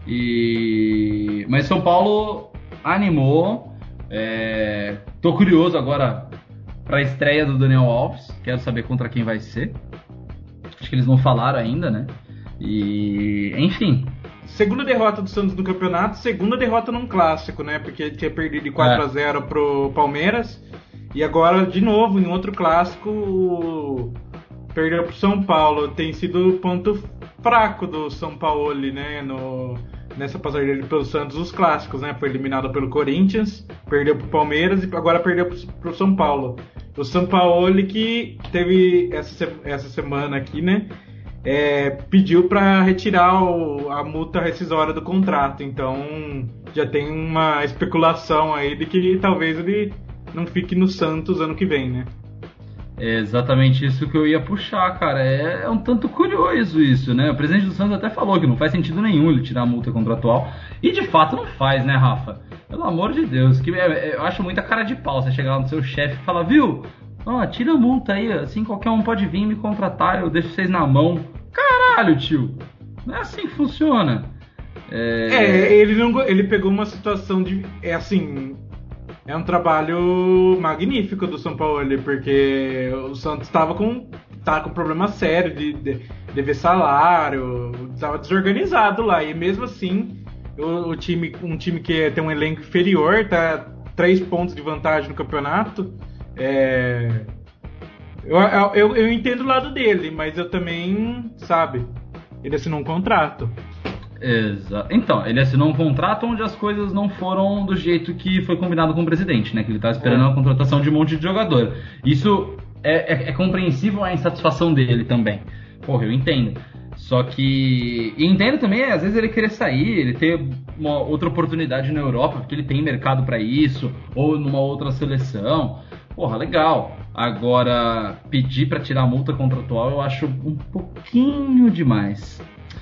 Speaker 1: E... Mas São Paulo animou. É... Tô curioso agora pra estreia do Daniel Alves. Quero saber contra quem vai ser. Acho que eles não falaram ainda, né? E... Enfim...
Speaker 2: Segunda derrota do Santos no campeonato, segunda derrota num clássico, né? Porque tinha perdido de quatro a zero pro Palmeiras. E agora, de novo, em outro clássico, perdeu pro São Paulo. Tem sido o ponto fraco do São Paulo, né? No, nessa passagem dele pelo Santos, os clássicos, né? Foi eliminado pelo Corinthians, perdeu pro Palmeiras e agora perdeu pro, pro São Paulo. O São Paulo que teve essa, essa semana aqui, né? É, pediu para retirar o, a multa rescisória do contrato, então já tem uma especulação aí de que talvez ele não fique no Santos ano que vem, né?
Speaker 1: É exatamente isso que eu ia puxar, cara. É, é um tanto curioso isso, né? O presidente do Santos até falou que não faz sentido nenhum ele tirar a multa contratual, e de fato não faz, né, Rafa? Pelo amor de Deus, que é, eu acho muita cara de pau você chegar lá no seu chefe e falar, viu? Ó, tira a multa aí, assim qualquer um pode vir me contratar, eu deixo vocês na mão. Caralho, tio! Não é assim que funciona.
Speaker 2: É, é ele, não, ele pegou uma situação de... É assim... É um trabalho magnífico do São Paulo, porque o Santos estava com, tava com problema sério de, de dever salário, estava desorganizado lá, e mesmo assim, o, o time, um time que tem um elenco inferior, tá três pontos de vantagem no campeonato, é... Eu, eu, eu entendo o lado dele, mas eu também, sabe, ele assinou um contrato.
Speaker 1: Exato. Então, ele assinou um contrato onde as coisas não foram do jeito que foi combinado com o presidente, né? Que ele estava esperando é. a contratação de um monte de jogador. Isso é, é, é compreensível a insatisfação dele também. Porra, eu entendo. Só que... E entendo também, às vezes, ele querer sair, ele ter uma outra oportunidade na Europa, porque ele tem mercado para isso, ou numa outra seleção. Porra, legal. Agora, pedir para tirar a multa contratual eu acho um pouquinho demais.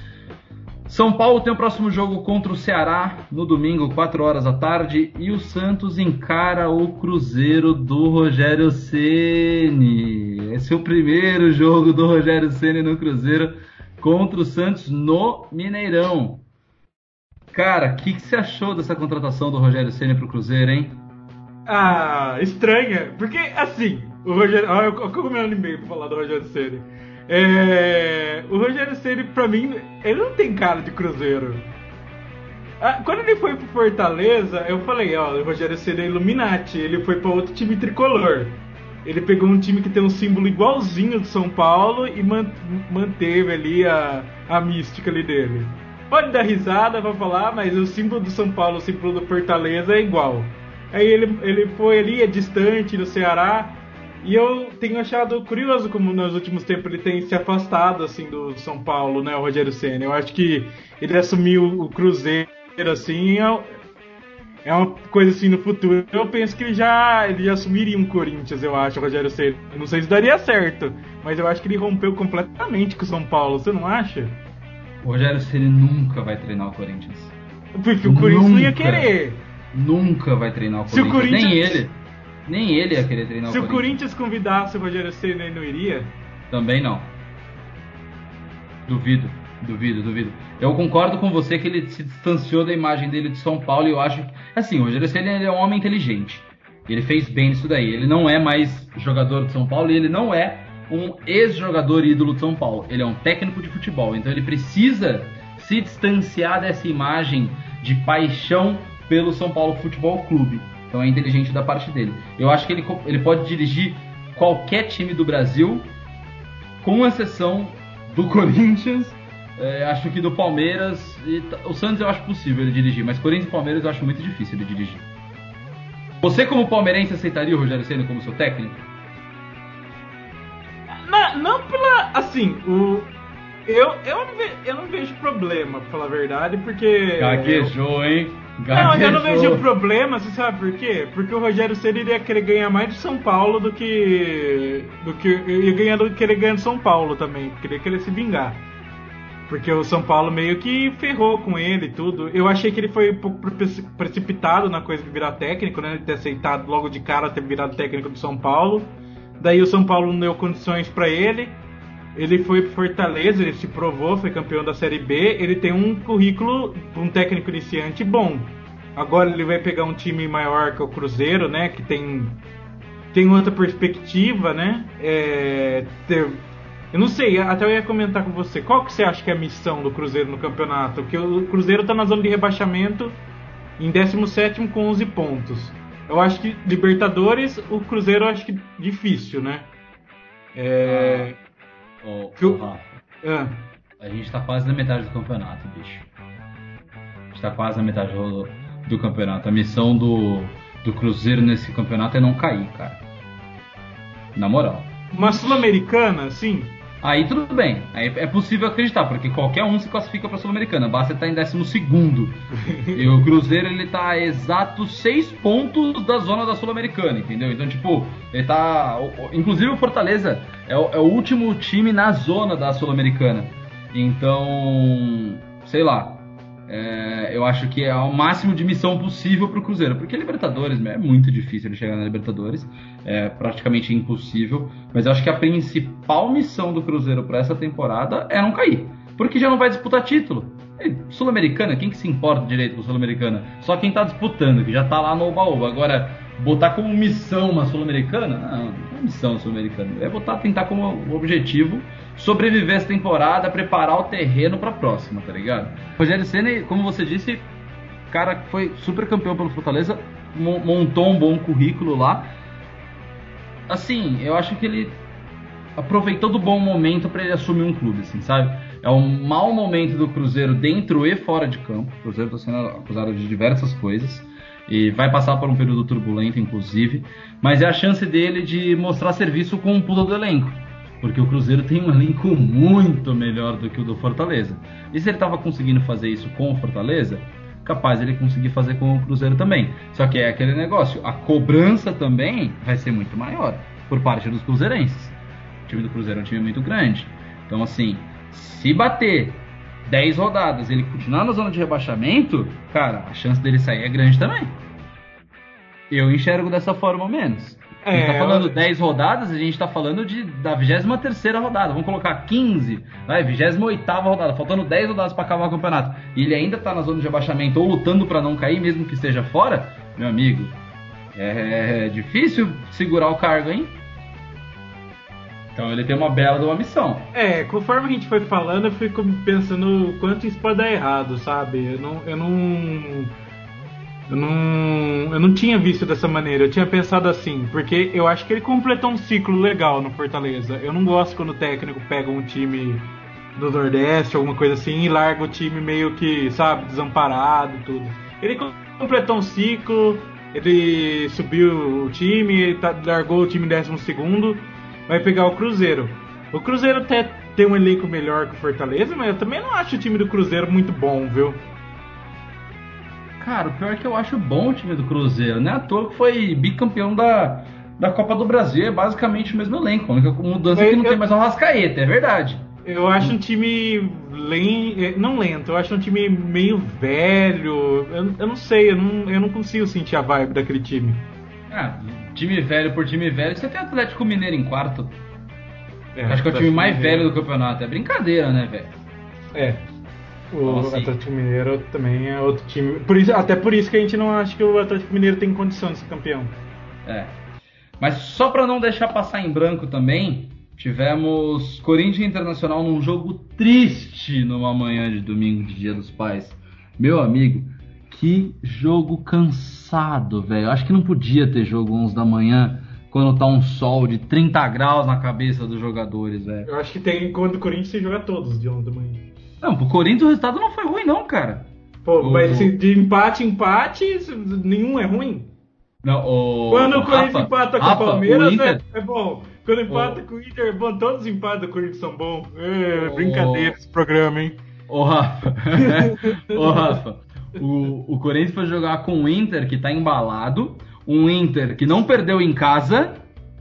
Speaker 1: São Paulo tem o próximo jogo contra o Ceará no domingo, quatro horas da tarde, e o Santos encara o Cruzeiro do Rogério Ceni. Esse é o primeiro jogo do Rogério Ceni no Cruzeiro contra o Santos no Mineirão. Cara, o que, que você achou dessa contratação do Rogério Ceni pro Cruzeiro, hein?
Speaker 2: Ah, estranha, porque assim, o Rogério... Olha, eu como eu animei pra falar do Rogério Ceni. É, o Rogério Ceni, pra mim, ele não tem cara de Cruzeiro. Ah, quando ele foi pro Fortaleza, eu falei, ó, o Rogério Ceni é Illuminati, ele foi pra outro time tricolor. Ele pegou um time que tem um símbolo igualzinho do São Paulo e manteve ali a, a mística ali dele. Pode dar risada, vai falar, mas o símbolo do São Paulo, o símbolo do Fortaleza é igual. Aí ele, ele foi ali, é distante, no Ceará. E eu tenho achado curioso como nos últimos tempos ele tem se afastado assim do São Paulo, né, o Rogério Ceni. Eu acho que ele assumiu o Cruzeiro assim, é, é uma coisa assim no futuro. Eu penso que ele já, ele já assumiria um Corinthians, eu acho, o Rogério Ceni. Não sei se daria certo, mas eu acho que ele rompeu completamente com o São Paulo, você não acha?
Speaker 1: O Rogério Ceni nunca vai treinar o Corinthians.
Speaker 2: Porque o Corinthians nunca, não ia querer.
Speaker 1: Nunca vai treinar o
Speaker 2: Se
Speaker 1: Corinthians.
Speaker 2: O Corinthians...
Speaker 1: Nem ele. Nem ele ia querer treinar
Speaker 2: Se
Speaker 1: o Corinthians. Se o
Speaker 2: Corinthians convidasse o Rogério Ceni, ele não iria?
Speaker 1: Também não. Duvido, duvido, duvido. Eu concordo com você que ele se distanciou da imagem dele de São Paulo e eu acho que... Assim, o Rogério Ceni é um homem inteligente. Ele fez bem isso daí. Ele não é mais jogador de São Paulo e ele não é um ex-jogador ídolo de São Paulo. Ele é um técnico de futebol. Então ele precisa se distanciar dessa imagem de paixão pelo São Paulo Futebol Clube. Então é inteligente da parte dele. Eu acho que ele, ele pode dirigir qualquer time do Brasil, com exceção do Corinthians, é, acho que do Palmeiras, e o Santos eu acho possível ele dirigir, mas Corinthians e Palmeiras eu acho muito difícil ele dirigir. Você como palmeirense aceitaria o Rogério Ceni como seu técnico?
Speaker 2: Não, não pela... Assim, o... Eu, eu, não ve, eu não vejo problema, pra falar a verdade, porque...
Speaker 1: Gaguejou, hein? Gaguejou.
Speaker 2: Não, eu não vejo problema, você sabe por quê? Porque o Rogério Ceni iria querer ganhar mais de São Paulo do que... do que ia ganhar do que ele ganha de São Paulo também, porque ele ia querer se vingar. Porque o São Paulo meio que ferrou com ele e tudo. Eu achei que ele foi um pouco precipitado na coisa de virar técnico, né? De ter aceitado logo de cara ter virado técnico do São Paulo. Daí o São Paulo não deu condições pra ele. Ele foi pro Fortaleza, ele se provou, foi campeão da Série B. Ele tem um currículo, um técnico iniciante bom. Agora ele vai pegar um time maior que o Cruzeiro, né? Que tem, tem outra perspectiva, né? É, ter, eu não sei, até eu ia comentar com você. Qual que você acha que é a missão do Cruzeiro no campeonato? Porque o Cruzeiro tá na zona de rebaixamento em décimo sétimo com onze pontos. Eu acho que Libertadores, o Cruzeiro eu acho que difícil, né? É... Ah.
Speaker 1: Ô,
Speaker 2: eu...
Speaker 1: ô, Rafa,
Speaker 2: ah.
Speaker 1: a gente tá quase na metade do campeonato, bicho. A gente tá quase na metade do, do campeonato. A missão do, do Cruzeiro nesse campeonato é não cair, cara. Na moral.
Speaker 2: Uma Sul-Americana, sim?
Speaker 1: Aí tudo bem, aí é possível acreditar, porque qualquer um se classifica pra Sul-Americana, basta estar em décimo segundo. E o Cruzeiro, ele tá a exatos seis pontos da zona da Sul-Americana, entendeu? Então, tipo, ele tá... Inclusive o Fortaleza é o, é o último time na zona da Sul-Americana. Então, sei lá, é, eu acho que é o máximo de missão possível pro Cruzeiro, porque Libertadores é muito difícil ele chegar na Libertadores, é praticamente impossível, mas eu acho que a principal missão do Cruzeiro para essa temporada é não cair, porque já não vai disputar título. Sul-Americana, quem que se importa direito com Sul-Americana? Só quem tá disputando, que já tá lá no oba-oba. Agora, botar como missão uma Sul-Americana? Não, não é missão Sul-Americana, é botar, tentar como objetivo sobreviver essa temporada, preparar o terreno pra próxima, tá ligado? Rogério Ceni, como você disse, cara que foi super campeão pelo Fortaleza, montou um bom currículo lá. Assim, eu acho que ele aproveitou do bom momento pra ele assumir um clube, assim, sabe? É um mau momento do Cruzeiro dentro e fora de campo. O Cruzeiro está sendo acusado de diversas coisas e vai passar por um período turbulento, inclusive, mas é a chance dele de mostrar serviço com um pulo do elenco, porque o Cruzeiro tem um elenco muito melhor do que o do Fortaleza. E se ele estava conseguindo fazer isso com o Fortaleza, capaz ele conseguir fazer com o Cruzeiro também. Só que é aquele negócio, a cobrança também vai ser muito maior por parte dos cruzeirenses. O time do Cruzeiro é um time muito grande. Então, assim, se bater dez rodadas e ele continuar na zona de rebaixamento, cara, a chance dele sair é grande também. Eu enxergo dessa forma ao menos. A gente é, tá falando eu... dez rodadas, a gente tá falando de, da vigésima terceira rodada. Vamos colocar quinze, vai, vigésima oitava rodada, faltando dez rodadas para acabar o campeonato. E ele ainda tá na zona de rebaixamento ou lutando para não cair, mesmo que esteja fora, meu amigo, é difícil segurar o cargo, hein? Então ele tem uma bela de uma missão.
Speaker 2: É, conforme a gente foi falando, eu fico pensando o quanto isso pode dar errado, sabe? Eu não... Eu não... Eu não, eu não tinha visto dessa maneira, eu tinha pensado assim, porque eu acho que ele completou um ciclo legal no Fortaleza. Eu não gosto quando o técnico pega um time do Nordeste, alguma coisa assim, e larga o time meio que, sabe, desamparado e tudo. Ele completou um ciclo, ele subiu o time, tá, largou o time em décimo segundo, vai pegar o Cruzeiro. O Cruzeiro até tem um elenco melhor que o Fortaleza, mas eu também não acho o time do Cruzeiro muito bom, viu?
Speaker 1: Cara, o pior é que eu acho bom o time do Cruzeiro, né? À toa que foi bicampeão da, da Copa do Brasil, é basicamente o mesmo elenco. A única mudança é que não
Speaker 2: eu,
Speaker 1: tem mais um Arrascaeta, é verdade.
Speaker 2: Eu acho um time len, não lento, eu acho um time meio velho. Eu, eu não sei, eu não, eu não consigo sentir a vibe daquele time.
Speaker 1: Ah, time velho por time velho, você tem o Atlético Mineiro em quarto.
Speaker 2: É,
Speaker 1: acho que é o time mais
Speaker 2: Mineiro.
Speaker 1: velho do campeonato. É brincadeira, né, velho?
Speaker 2: É. O
Speaker 1: assim?
Speaker 2: Atlético Mineiro também é outro time. Por isso, até por isso que a gente não acha que o Atlético Mineiro tem condição de ser campeão.
Speaker 1: É. Mas só pra não deixar passar em branco também, tivemos Corinthians Internacional num jogo triste numa manhã de domingo de Dia dos Pais. Meu amigo, que jogo cansado, velho. Acho que não podia ter jogo onze da manhã quando tá um sol de trinta graus na cabeça dos jogadores, velho.
Speaker 2: Eu acho que tem quando o Corinthians você joga todos de onze da manhã.
Speaker 1: Não, pro Corinthians o resultado não foi ruim não, cara.
Speaker 2: Pô,
Speaker 1: o...
Speaker 2: mas de empate em empate, nenhum é ruim.
Speaker 1: Não, o...
Speaker 2: Quando o,
Speaker 1: o
Speaker 2: Corinthians
Speaker 1: Rafa,
Speaker 2: empata com
Speaker 1: Rafa,
Speaker 2: o Palmeiras,
Speaker 1: Inter...
Speaker 2: é, é bom. Quando empata
Speaker 1: o...
Speaker 2: com o Inter, é bom. Todos os empates do Corinthians são bons. É,
Speaker 1: o...
Speaker 2: brincadeira esse programa, hein?
Speaker 1: Ô, Rafa, ô, Rafa, o, o Corinthians foi jogar com o Inter, que tá embalado, um Inter que não perdeu em casa...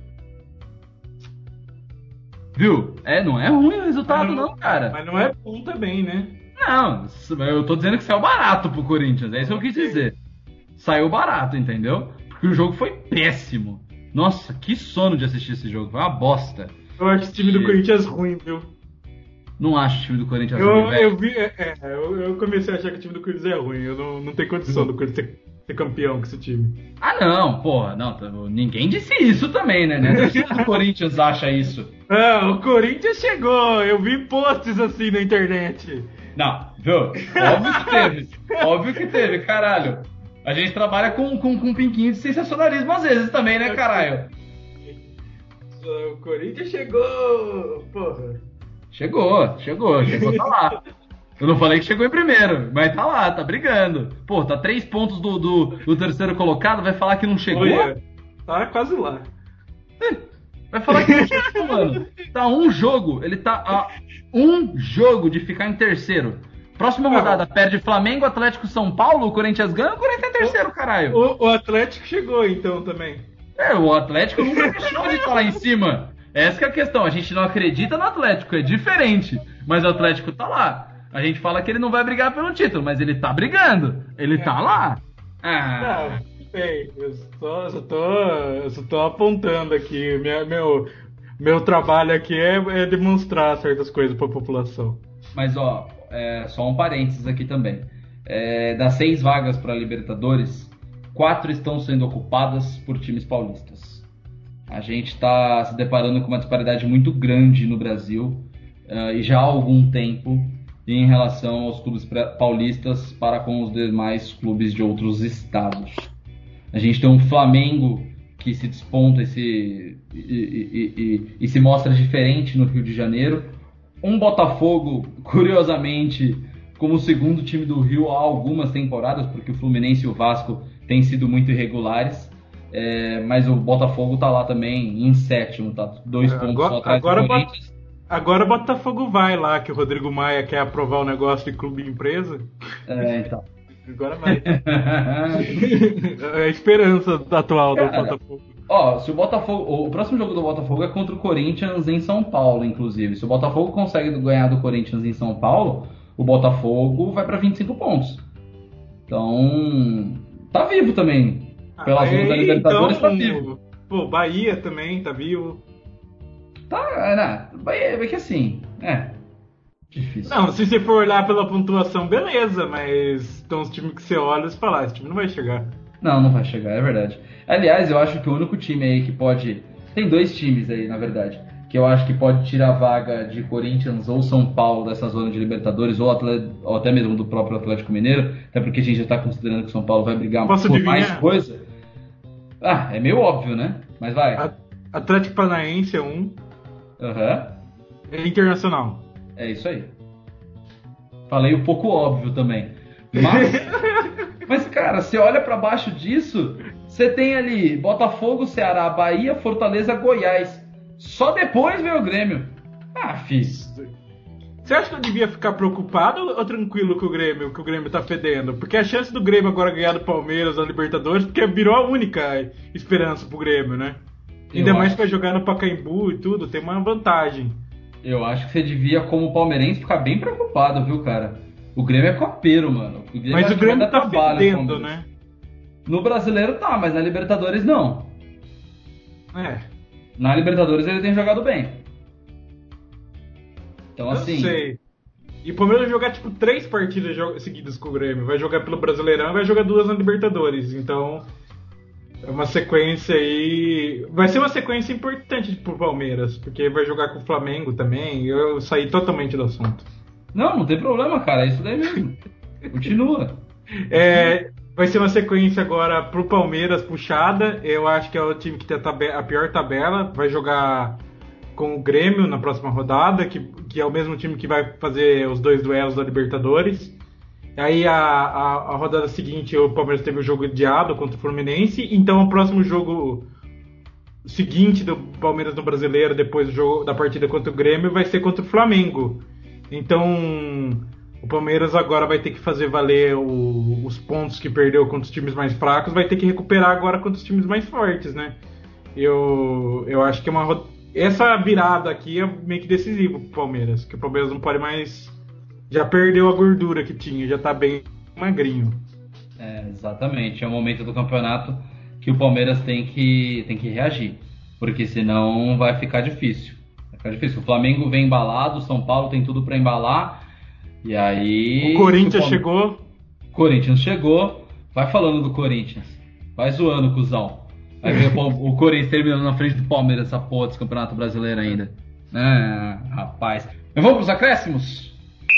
Speaker 1: Viu? É, não é ruim o resultado não, não, cara.
Speaker 2: Mas não é bom também, né?
Speaker 1: Não, eu tô dizendo que saiu barato pro Corinthians, é isso que eu quis dizer. Saiu barato, entendeu? Porque o jogo foi péssimo. Nossa, que sono de assistir esse jogo, foi uma bosta.
Speaker 2: Eu acho o time do Corinthians ruim, viu?
Speaker 1: Não acho o time do Corinthians
Speaker 2: eu,
Speaker 1: ruim, velho.
Speaker 2: Eu vi, é, é, eu, eu comecei a achar que o time do Corinthians é ruim, eu não, não tenho condição do Corinthians ser, ser campeão com esse time.
Speaker 1: Ah não, porra, não, ninguém disse isso também, né? né? O time do Corinthians acha isso.
Speaker 2: Ah, o Corinthians chegou, eu vi posts assim na internet.
Speaker 1: Não, viu? Óbvio que teve. Óbvio que teve, caralho. A gente trabalha com, com, com um pinquinho de sensacionalismo às vezes também, né, caralho?
Speaker 2: O Corinthians chegou, porra.
Speaker 1: Chegou, chegou, chegou, tá lá. Eu não falei que chegou em primeiro, mas tá lá, tá brigando. Pô, tá três pontos do, do, do terceiro colocado, vai falar que não chegou?
Speaker 2: Olha, tá quase lá.
Speaker 1: Vai falar que não chegou, mano. Tá um jogo, ele tá a um jogo de ficar em terceiro. Próxima rodada, perde Flamengo, Atlético, São Paulo, o Corinthians ganha, o Corinthians é terceiro, caralho.
Speaker 2: O, o Atlético chegou então também.
Speaker 1: É, o Atlético nunca deixou de estar lá em cima. Essa que é a questão, a gente não acredita no Atlético, é diferente. Mas o Atlético tá lá. A gente fala que ele não vai brigar pelo título, mas ele tá brigando. Ele é. tá lá.
Speaker 2: Ah, não, sei, eu só, eu só, tô, eu só tô apontando aqui. Minha, meu, meu trabalho aqui é, é demonstrar certas coisas pra população.
Speaker 1: Mas ó, é, só um parênteses aqui também. É, das seis vagas para Libertadores, quatro estão sendo ocupadas por times paulistas. A gente está se deparando com uma disparidade muito grande no Brasil uh, e já há algum tempo em relação aos clubes paulistas para com os demais clubes de outros estados. A gente tem um Flamengo que se desponta e se, e, e, e, e se mostra diferente no Rio de Janeiro. Um Botafogo, curiosamente, como o segundo time do Rio há algumas temporadas, porque o Fluminense e o Vasco têm sido muito irregulares. É, mas o Botafogo tá lá também em sétimo, tá? Dois
Speaker 2: agora,
Speaker 1: pontos só atrás
Speaker 2: agora,
Speaker 1: do Corinthians.
Speaker 2: Agora o Botafogo vai lá, que o Rodrigo Maia quer aprovar o negócio de clube e empresa.
Speaker 1: É, então.
Speaker 2: Agora vai. É a esperança atual do
Speaker 1: Cara,
Speaker 2: Botafogo.
Speaker 1: Ó, se o Botafogo. O próximo jogo do Botafogo é contra o Corinthians em São Paulo, inclusive. Se o Botafogo consegue ganhar do Corinthians em São Paulo, o Botafogo vai pra vinte e cinco pontos. Então. Tá vivo também. Pela zona da Libertadores,
Speaker 2: então,
Speaker 1: tá vivo.
Speaker 2: Pô, Bahia também tá vivo.
Speaker 1: Tá, né? Bahia, é que assim. É. Difícil.
Speaker 2: Não, se você for olhar pela pontuação, beleza, mas tem uns times que você olha e fala, ah, esse time não vai chegar.
Speaker 1: Não, não vai chegar, é verdade. Aliás, eu acho que o único time aí que pode... Tem dois times aí, na verdade, que eu acho que pode tirar a vaga de Corinthians ou São Paulo dessa zona de Libertadores, ou, atleta, ou até mesmo do próprio Atlético Mineiro, até porque a gente já está considerando que o São Paulo vai brigar
Speaker 2: Posso
Speaker 1: por
Speaker 2: adivinhar?
Speaker 1: mais coisa. Ah, é meio óbvio, né? Mas vai.
Speaker 2: A- Atlético Paranaense é um.
Speaker 1: Aham.
Speaker 2: É Internacional.
Speaker 1: É isso aí. Falei um pouco óbvio também. Mas, mas cara, você olha pra baixo disso, Você tem ali Botafogo, Ceará, Bahia, Fortaleza, Goiás. Só depois veio o Grêmio. Ah, fiz.
Speaker 2: Você acha que eu devia ficar preocupado ou tranquilo com o Grêmio, que o Grêmio tá fedendo? Porque a chance do Grêmio agora ganhar do Palmeiras na Libertadores, porque virou a única esperança pro Grêmio, né?
Speaker 1: Eu
Speaker 2: Ainda mais
Speaker 1: acho.
Speaker 2: que vai jogar no Pacaembu e tudo, tem uma vantagem.
Speaker 1: Eu acho que você devia, como palmeirense, ficar bem preocupado, viu, cara? O Grêmio é copeiro, mano. O Grêmio
Speaker 2: Mas
Speaker 1: acho
Speaker 2: o
Speaker 1: que vai
Speaker 2: Grêmio
Speaker 1: dar
Speaker 2: tá
Speaker 1: trabalho,
Speaker 2: fedendo,
Speaker 1: Palmeiras.
Speaker 2: né?
Speaker 1: No Brasileiro tá, mas na Libertadores não.
Speaker 2: É.
Speaker 1: Na Libertadores ele tem jogado bem. Então,
Speaker 2: Eu
Speaker 1: assim...
Speaker 2: sei. E o Palmeiras vai jogar tipo três partidas jo- seguidas com o Grêmio. Vai jogar pelo Brasileirão e vai jogar duas na Libertadores. Então, é uma sequência aí. Vai ser uma sequência importante pro Palmeiras, porque vai jogar com o Flamengo também. Eu saí totalmente do assunto.
Speaker 1: Não, não tem problema, cara. É isso daí mesmo. Continua.
Speaker 2: É, vai ser uma sequência agora pro Palmeiras puxada. Eu acho que é o time que tem a, tabe- a pior tabela. Vai jogar com o Grêmio na próxima rodada, que, que é o mesmo time que vai fazer os dois duelos da Libertadores. Aí a, a, a rodada seguinte o Palmeiras teve o jogo adiado contra o Fluminense. Então o próximo jogo seguinte do Palmeiras no Brasileiro, depois do jogo, da partida contra o Grêmio, vai ser contra o Flamengo. Então o Palmeiras agora vai ter que fazer valer o, os pontos que perdeu contra os times mais fracos, vai ter que recuperar agora contra os times mais fortes, né? Eu, eu acho que é uma ro- essa virada aqui é meio que decisiva pro Palmeiras, que o Palmeiras não pode mais... Já perdeu a gordura que tinha, já tá bem magrinho.
Speaker 1: É, exatamente. É o momento do campeonato que o Palmeiras tem que, tem que reagir. Porque senão vai ficar difícil. Vai ficar difícil. O Flamengo vem embalado, o São Paulo tem tudo pra embalar. E aí...
Speaker 2: O Corinthians
Speaker 1: Palme-
Speaker 2: chegou.
Speaker 1: Corinthians chegou. Vai falando do Corinthians. Vai zoando, cuzão. Vai ver o, Pal- o Corinthians terminando na frente do Palmeiras, essa porra desse Campeonato Brasileiro ainda. Ah, rapaz. Mas vamos pros acréscimos?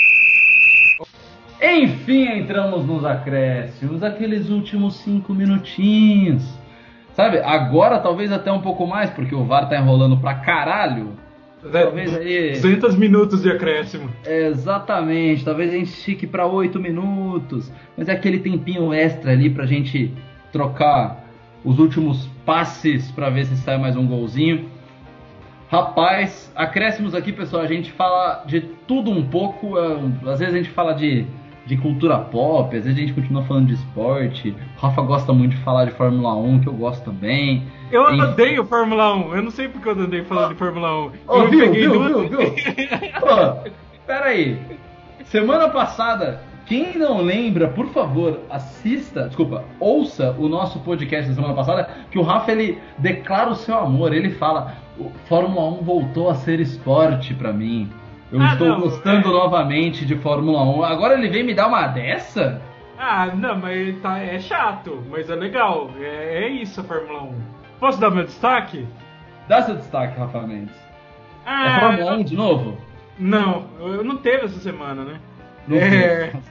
Speaker 1: Enfim, entramos nos acréscimos, aqueles últimos cinco minutinhos. Sabe, agora talvez até um pouco mais, porque o V A R tá enrolando pra caralho. Talvez aí...
Speaker 2: duzentos minutos de acréscimo.
Speaker 1: Exatamente, talvez a gente estique pra oito minutos. Mas é aquele tempinho extra ali pra gente trocar os últimos passes pra ver se sai mais um golzinho. Rapaz, acréscimos aqui, pessoal, a gente fala de tudo um pouco. Às vezes a gente fala de, de cultura pop, às vezes a gente continua falando de esporte. O Rafa gosta muito de falar de Fórmula um, que eu gosto também.
Speaker 2: Eu
Speaker 1: Enfim.
Speaker 2: odeio Fórmula um, eu não sei porque eu andei falando de Fórmula um.
Speaker 1: Ô,
Speaker 2: eu
Speaker 1: viu,
Speaker 2: peguei
Speaker 1: viu,
Speaker 2: duas...
Speaker 1: viu, viu? Ô, pera aí. Semana passada, quem não lembra, por favor, assista, desculpa, ouça o nosso podcast da semana passada, que o Rafa, ele declara o seu amor, ele fala, o Fórmula um voltou a ser esporte pra mim. Eu
Speaker 2: Ah,
Speaker 1: estou
Speaker 2: não,
Speaker 1: gostando
Speaker 2: é.
Speaker 1: novamente de Fórmula um. Agora ele vem me dar uma dessa?
Speaker 2: Ah, não, mas tá, é chato, mas é legal. É, é isso a Fórmula um. Posso dar meu destaque?
Speaker 1: Dá seu destaque, Rafa Mendes. É
Speaker 2: Ah,
Speaker 1: Fórmula um de novo?
Speaker 2: não, eu não teve essa semana, né?
Speaker 1: Não
Speaker 2: É.
Speaker 1: sei.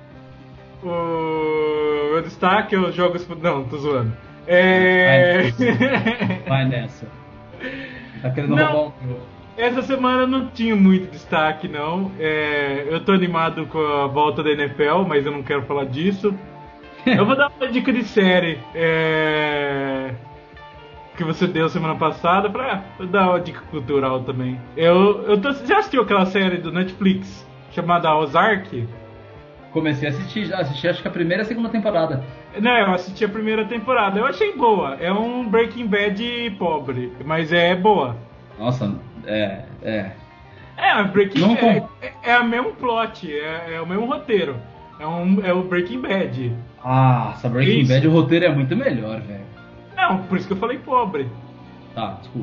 Speaker 2: O meu destaque é os jogos... Não, tô zoando. É...
Speaker 1: Vai nessa. Tá querendo
Speaker 2: Não.
Speaker 1: roubar um jogo.
Speaker 2: Essa semana não tinha muito destaque, não. É, eu tô animado com a volta da N F L, mas eu não quero falar disso. Eu vou dar uma dica de série é, que você deu semana passada pra dar uma dica cultural também. Eu, eu tô, já assistiu aquela série do Netflix chamada Ozark?
Speaker 1: Comecei a assistir, já assisti acho que a primeira e a segunda temporada.
Speaker 2: Não, eu assisti a primeira temporada. Eu achei boa. É um Breaking Bad pobre, mas é boa.
Speaker 1: Nossa, é. é.
Speaker 2: É, Breaking
Speaker 1: Não
Speaker 2: Bad
Speaker 1: com-
Speaker 2: é, é o mesmo plot, é, é o mesmo roteiro. É, um, é o Breaking Bad.
Speaker 1: Ah, essa Breaking
Speaker 2: Isso.
Speaker 1: Bad, o roteiro é muito melhor, velho.
Speaker 2: Não, por isso que eu falei pobre.
Speaker 1: Tá, desculpa.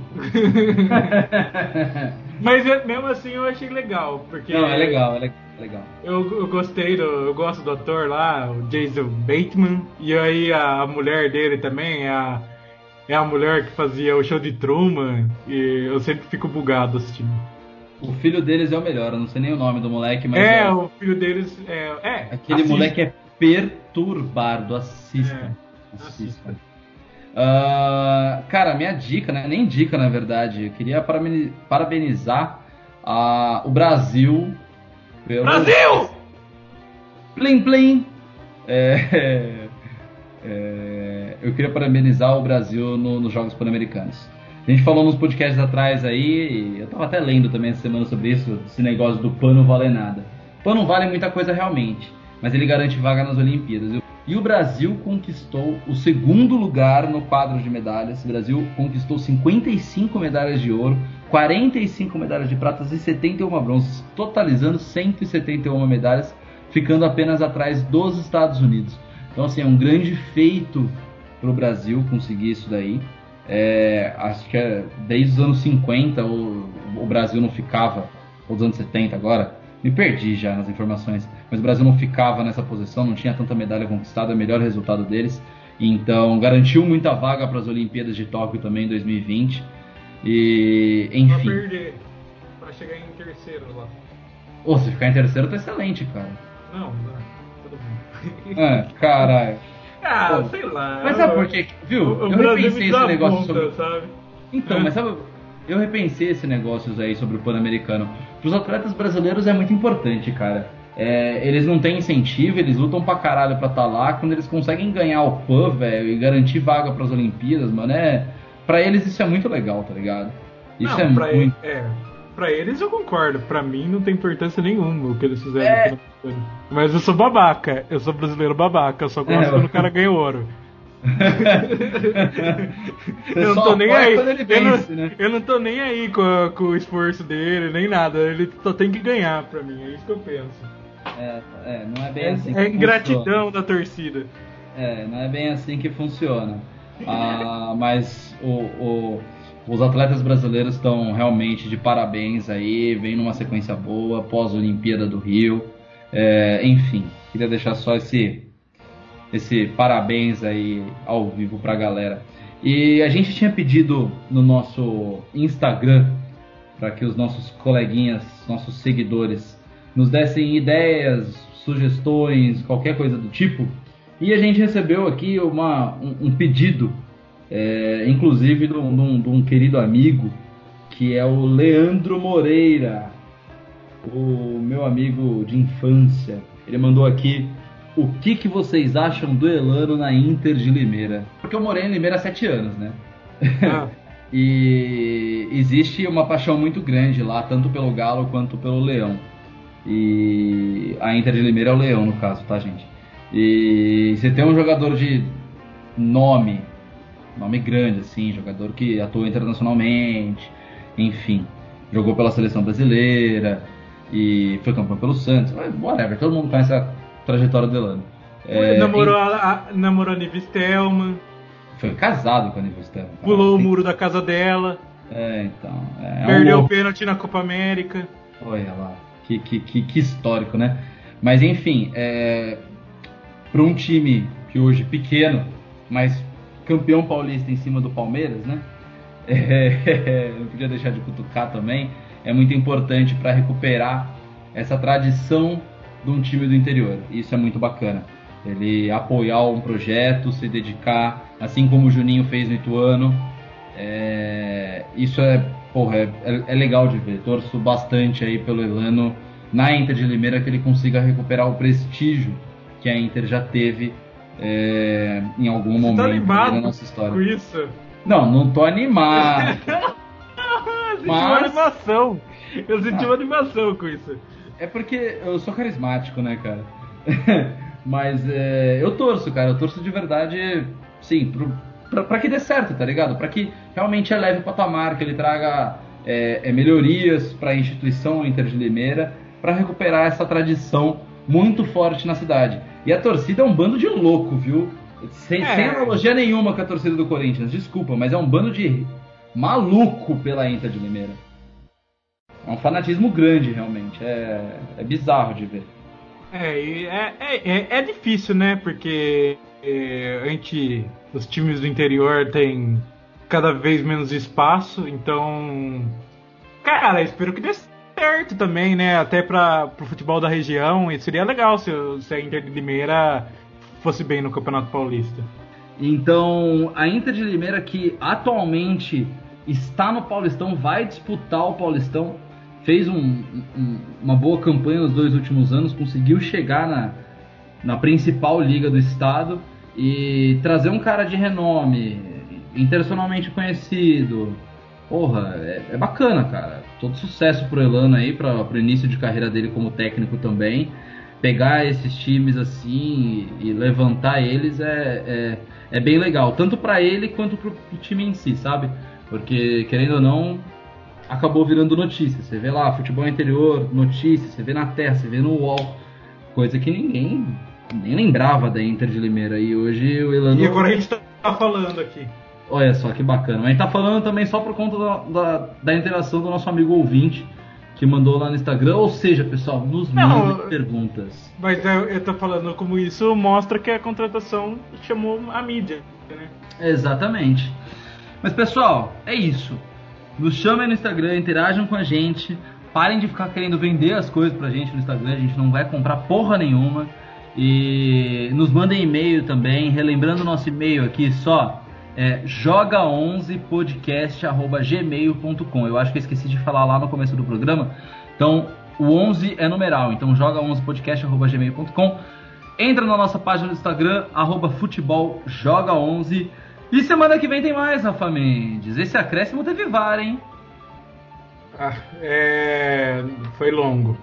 Speaker 2: Mas é- mesmo assim eu achei legal, porque
Speaker 1: Não, é legal, é le- é legal.
Speaker 2: eu, eu gostei, do, eu gosto do ator lá, o Jason Bateman, e aí a, a mulher dele também é a, é a mulher que fazia o show de Truman, e eu sempre fico bugado assistindo.
Speaker 1: O filho deles é o melhor, eu não sei nem o nome do moleque, mas.
Speaker 2: É,
Speaker 1: é-
Speaker 2: o filho deles é. é
Speaker 1: Aquele
Speaker 2: assista.
Speaker 1: moleque é perturbado, assista.
Speaker 2: É,
Speaker 1: assista. Ah, cara, minha dica, né? Nem dica na verdade. Eu queria parabeni- parabenizar a, o Brasil pelo.
Speaker 2: Brasil!
Speaker 1: Plim Plim! É, é, eu queria parabenizar o Brasil no, nos Jogos Pan-Americanos. A gente falou nos podcasts atrás aí, e eu tava até lendo também essa semana sobre isso, esse negócio do PAN não vale nada. O PAN não vale muita coisa realmente, mas ele garante vaga nas Olimpíadas. E o Brasil conquistou o segundo lugar no quadro de medalhas. O Brasil conquistou cinquenta e cinco medalhas de ouro, quarenta e cinco medalhas de prata e setenta e uma bronzes, totalizando cento e setenta e uma medalhas, ficando apenas atrás dos Estados Unidos. Então, assim, é um grande feito para o Brasil conseguir isso daí. É, acho que é, desde os anos cinquenta o, o Brasil não ficava, ou dos anos setenta agora, me perdi já nas informações, mas o Brasil não ficava nessa posição, não tinha tanta medalha conquistada, é o melhor resultado deles. Então, garantiu muita vaga para as Olimpíadas de Tóquio também em dois mil e vinte. E, enfim.
Speaker 2: Pra perder, pra chegar em terceiro lá.
Speaker 1: Ô, se ficar em terceiro tá excelente, cara.
Speaker 2: Não, não, tudo bem.
Speaker 1: É, caralho.
Speaker 2: Ah,
Speaker 1: Pô,
Speaker 2: sei lá.
Speaker 1: Mas sabe por quê? Viu?
Speaker 2: O, o
Speaker 1: eu
Speaker 2: Brasil
Speaker 1: repensei
Speaker 2: me
Speaker 1: esse
Speaker 2: dá
Speaker 1: negócio
Speaker 2: ponta,
Speaker 1: sobre...
Speaker 2: sabe?
Speaker 1: Então,
Speaker 2: É.
Speaker 1: mas sabe... Eu repensei esse negócio aí sobre o Pan-Americano. Para os atletas brasileiros é muito importante, cara. É, eles não têm incentivo, eles lutam pra caralho pra estar lá. Quando eles conseguem ganhar o Pan, velho, e garantir vaga pras Olimpíadas, mano, é... Pra eles isso é muito legal, tá ligado? Isso
Speaker 2: não,
Speaker 1: é
Speaker 2: pra
Speaker 1: muito...
Speaker 2: Ele, é, pra eles eu concordo. Pra mim não tem importância nenhuma o que eles fizeram.
Speaker 1: É.
Speaker 2: aqui no Pan. Mas eu sou babaca. Eu sou brasileiro babaca. Eu só gosto
Speaker 1: É,
Speaker 2: quando
Speaker 1: eu-
Speaker 2: o cara ganha ouro.
Speaker 1: Você
Speaker 2: Eu não
Speaker 1: só
Speaker 2: tô nem
Speaker 1: apoia
Speaker 2: aí.
Speaker 1: quando ele
Speaker 2: eu, não,
Speaker 1: vence, né?
Speaker 2: eu não tô nem aí com, a- com o esforço dele, nem nada. Ele só tem que ganhar pra mim. É isso que eu penso.
Speaker 1: É, é, não é bem
Speaker 2: É,
Speaker 1: assim que
Speaker 2: é ingratidão
Speaker 1: funciona.
Speaker 2: da torcida.
Speaker 1: É, não é bem assim que funciona. Ah, mas o, o- os atletas brasileiros estão realmente de parabéns aí, vem numa sequência boa, pós-Olimpíada do Rio. É, enfim, queria deixar só esse, esse parabéns aí ao vivo pra galera. E a gente tinha pedido no nosso Instagram para que os nossos coleguinhas, nossos seguidores, nos dessem ideias, sugestões, qualquer coisa do tipo. E a gente recebeu aqui uma, um, um pedido, é, inclusive de um, de um- de um querido amigo, que é o Leandro Moreira, o meu amigo de infância. Ele mandou aqui: o que, que vocês acham do Elano na Inter de Limeira? Porque eu morei em Limeira há sete anos, né?
Speaker 2: Ah,
Speaker 1: E existe uma paixão muito grande lá, tanto pelo Galo quanto pelo Leão. E a Inter de Limeira é o Leão, no caso, tá, gente? E você tem um jogador de nome, nome grande, assim, jogador que atua internacionalmente, enfim, jogou pela seleção brasileira e foi campeão pelo Santos, whatever, todo mundo conhece a trajetória do Elano. É,
Speaker 2: namorou, a, a, namorou a Nive Stelman,
Speaker 1: Foi casado com a Nive Stelman. cara.
Speaker 2: pulou o
Speaker 1: Tem-
Speaker 2: muro da casa dela,
Speaker 1: É, então. É, é um
Speaker 2: perdeu o
Speaker 1: louco.
Speaker 2: pênalti na Copa América.
Speaker 1: Olha lá, que, que, que, que histórico, né? Mas enfim, é, para um time que hoje pequeno, mas campeão paulista em cima do Palmeiras, né? É, não podia deixar de cutucar também. É muito importante para recuperar essa tradição de um time do interior. Isso é muito bacana. Ele apoiar um projeto, se dedicar, assim como o Juninho fez no Ituano. É, isso é, porra, é, é legal de ver. Torço bastante aí pelo Elano na Inter de Limeira, que ele consiga recuperar o prestígio que a Inter já teve é, em algum
Speaker 2: Você
Speaker 1: momento
Speaker 2: tá
Speaker 1: aí
Speaker 2: animado
Speaker 1: na nossa história.
Speaker 2: com isso?
Speaker 1: Não, não tô animado.
Speaker 2: Eu senti
Speaker 1: Mas-
Speaker 2: uma animação. Eu senti
Speaker 1: Ah.
Speaker 2: uma animação com isso.
Speaker 1: É porque eu sou carismático, né, cara? Mas é, eu torço, cara. Eu torço de verdade, sim, pro, pra, pra que dê certo, tá ligado? Pra que realmente eleve o patamar, que ele traga é, é, melhorias pra instituição Inter de Limeira, pra recuperar essa tradição muito forte na cidade. E a torcida é um bando de louco, viu? Sem,
Speaker 2: É.
Speaker 1: sem analogia nenhuma com a torcida do Corinthians, desculpa, mas é um bando de maluco pela Inter de Limeira. É um fanatismo grande, realmente. É, é bizarro de ver.
Speaker 2: É, e é, é, é, é difícil, né? Porque é, a gente, os times do interior têm cada vez menos espaço, então, cara, espero que dê certo também, né? Até para pro futebol da região, e seria legal se, se a Inter de Limeira fosse bem no Campeonato Paulista.
Speaker 1: Então, a Inter de Limeira, que atualmente está no Paulistão, vai disputar o Paulistão, fez um, um, uma boa campanha nos dois últimos anos, conseguiu chegar na, na principal liga do estado e trazer um cara de renome, internacionalmente conhecido, porra, é, é bacana, cara. Todo sucesso pro Elano aí, pra, pro início de carreira dele como técnico também. Pegar esses times assim e, e levantar eles é, é, é bem legal, tanto pra ele quanto pro, pro time em si, sabe? Porque, querendo ou não, acabou virando notícia. Você vê lá, futebol interior, notícia, você vê na Terra, você vê no U O L, coisa que ninguém nem lembrava da Inter de Limeira. E hoje o Elano...
Speaker 2: E agora a gente tá falando aqui.
Speaker 1: Olha só que bacana. Mas a gente tá falando também só por conta da, da, da interação do nosso amigo ouvinte, que mandou lá no Instagram. Ou seja, pessoal, nos mandem perguntas.
Speaker 2: Mas eu, eu tô falando como isso mostra que a contratação chamou a mídia, né?
Speaker 1: Exatamente. Mas, pessoal, é isso. Nos chamem no Instagram, interajam com a gente. Parem de ficar querendo vender as coisas pra gente no Instagram. A gente não vai comprar porra nenhuma. E nos mandem e-mail também. Relembrando o nosso e-mail aqui só, é joga onze podcast arroba gmail ponto com. Eu acho que eu esqueci de falar lá no começo do programa. Então, o onze é numeral. Então, joga onze podcast arroba gmail ponto com. Entra na nossa página do Instagram, arroba futebol joga onze. E semana que vem tem mais, Rafa Mendes. Esse acréscimo teve V A R, hein?
Speaker 2: Ah, é... Foi longo.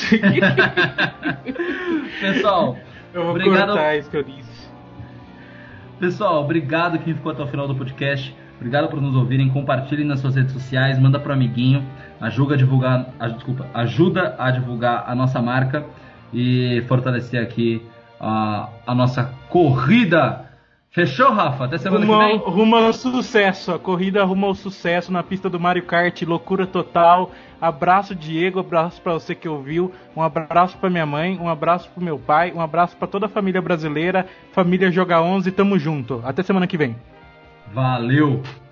Speaker 1: Pessoal,
Speaker 2: eu vou
Speaker 1: obrigado...
Speaker 2: cortar isso que eu disse.
Speaker 1: Pessoal, obrigado quem ficou até o final do podcast. Obrigado por nos ouvirem. Compartilhem nas suas redes sociais, manda pro amiguinho. Ajuda a divulgar, a, desculpa, ajuda a divulgar a nossa marca e fortalecer aqui a, a nossa corrida. Fechou, Rafa? Até semana
Speaker 2: rumo,
Speaker 1: que vem?
Speaker 2: Rumo ao sucesso. A corrida rumo ao sucesso na pista do Mario Kart. Loucura total. Abraço, Diego. Abraço pra você que ouviu. Um abraço pra minha mãe. Um abraço pro meu pai. Um abraço pra toda a família brasileira. Família Joga onze. Tamo junto. Até semana que vem.
Speaker 1: Valeu!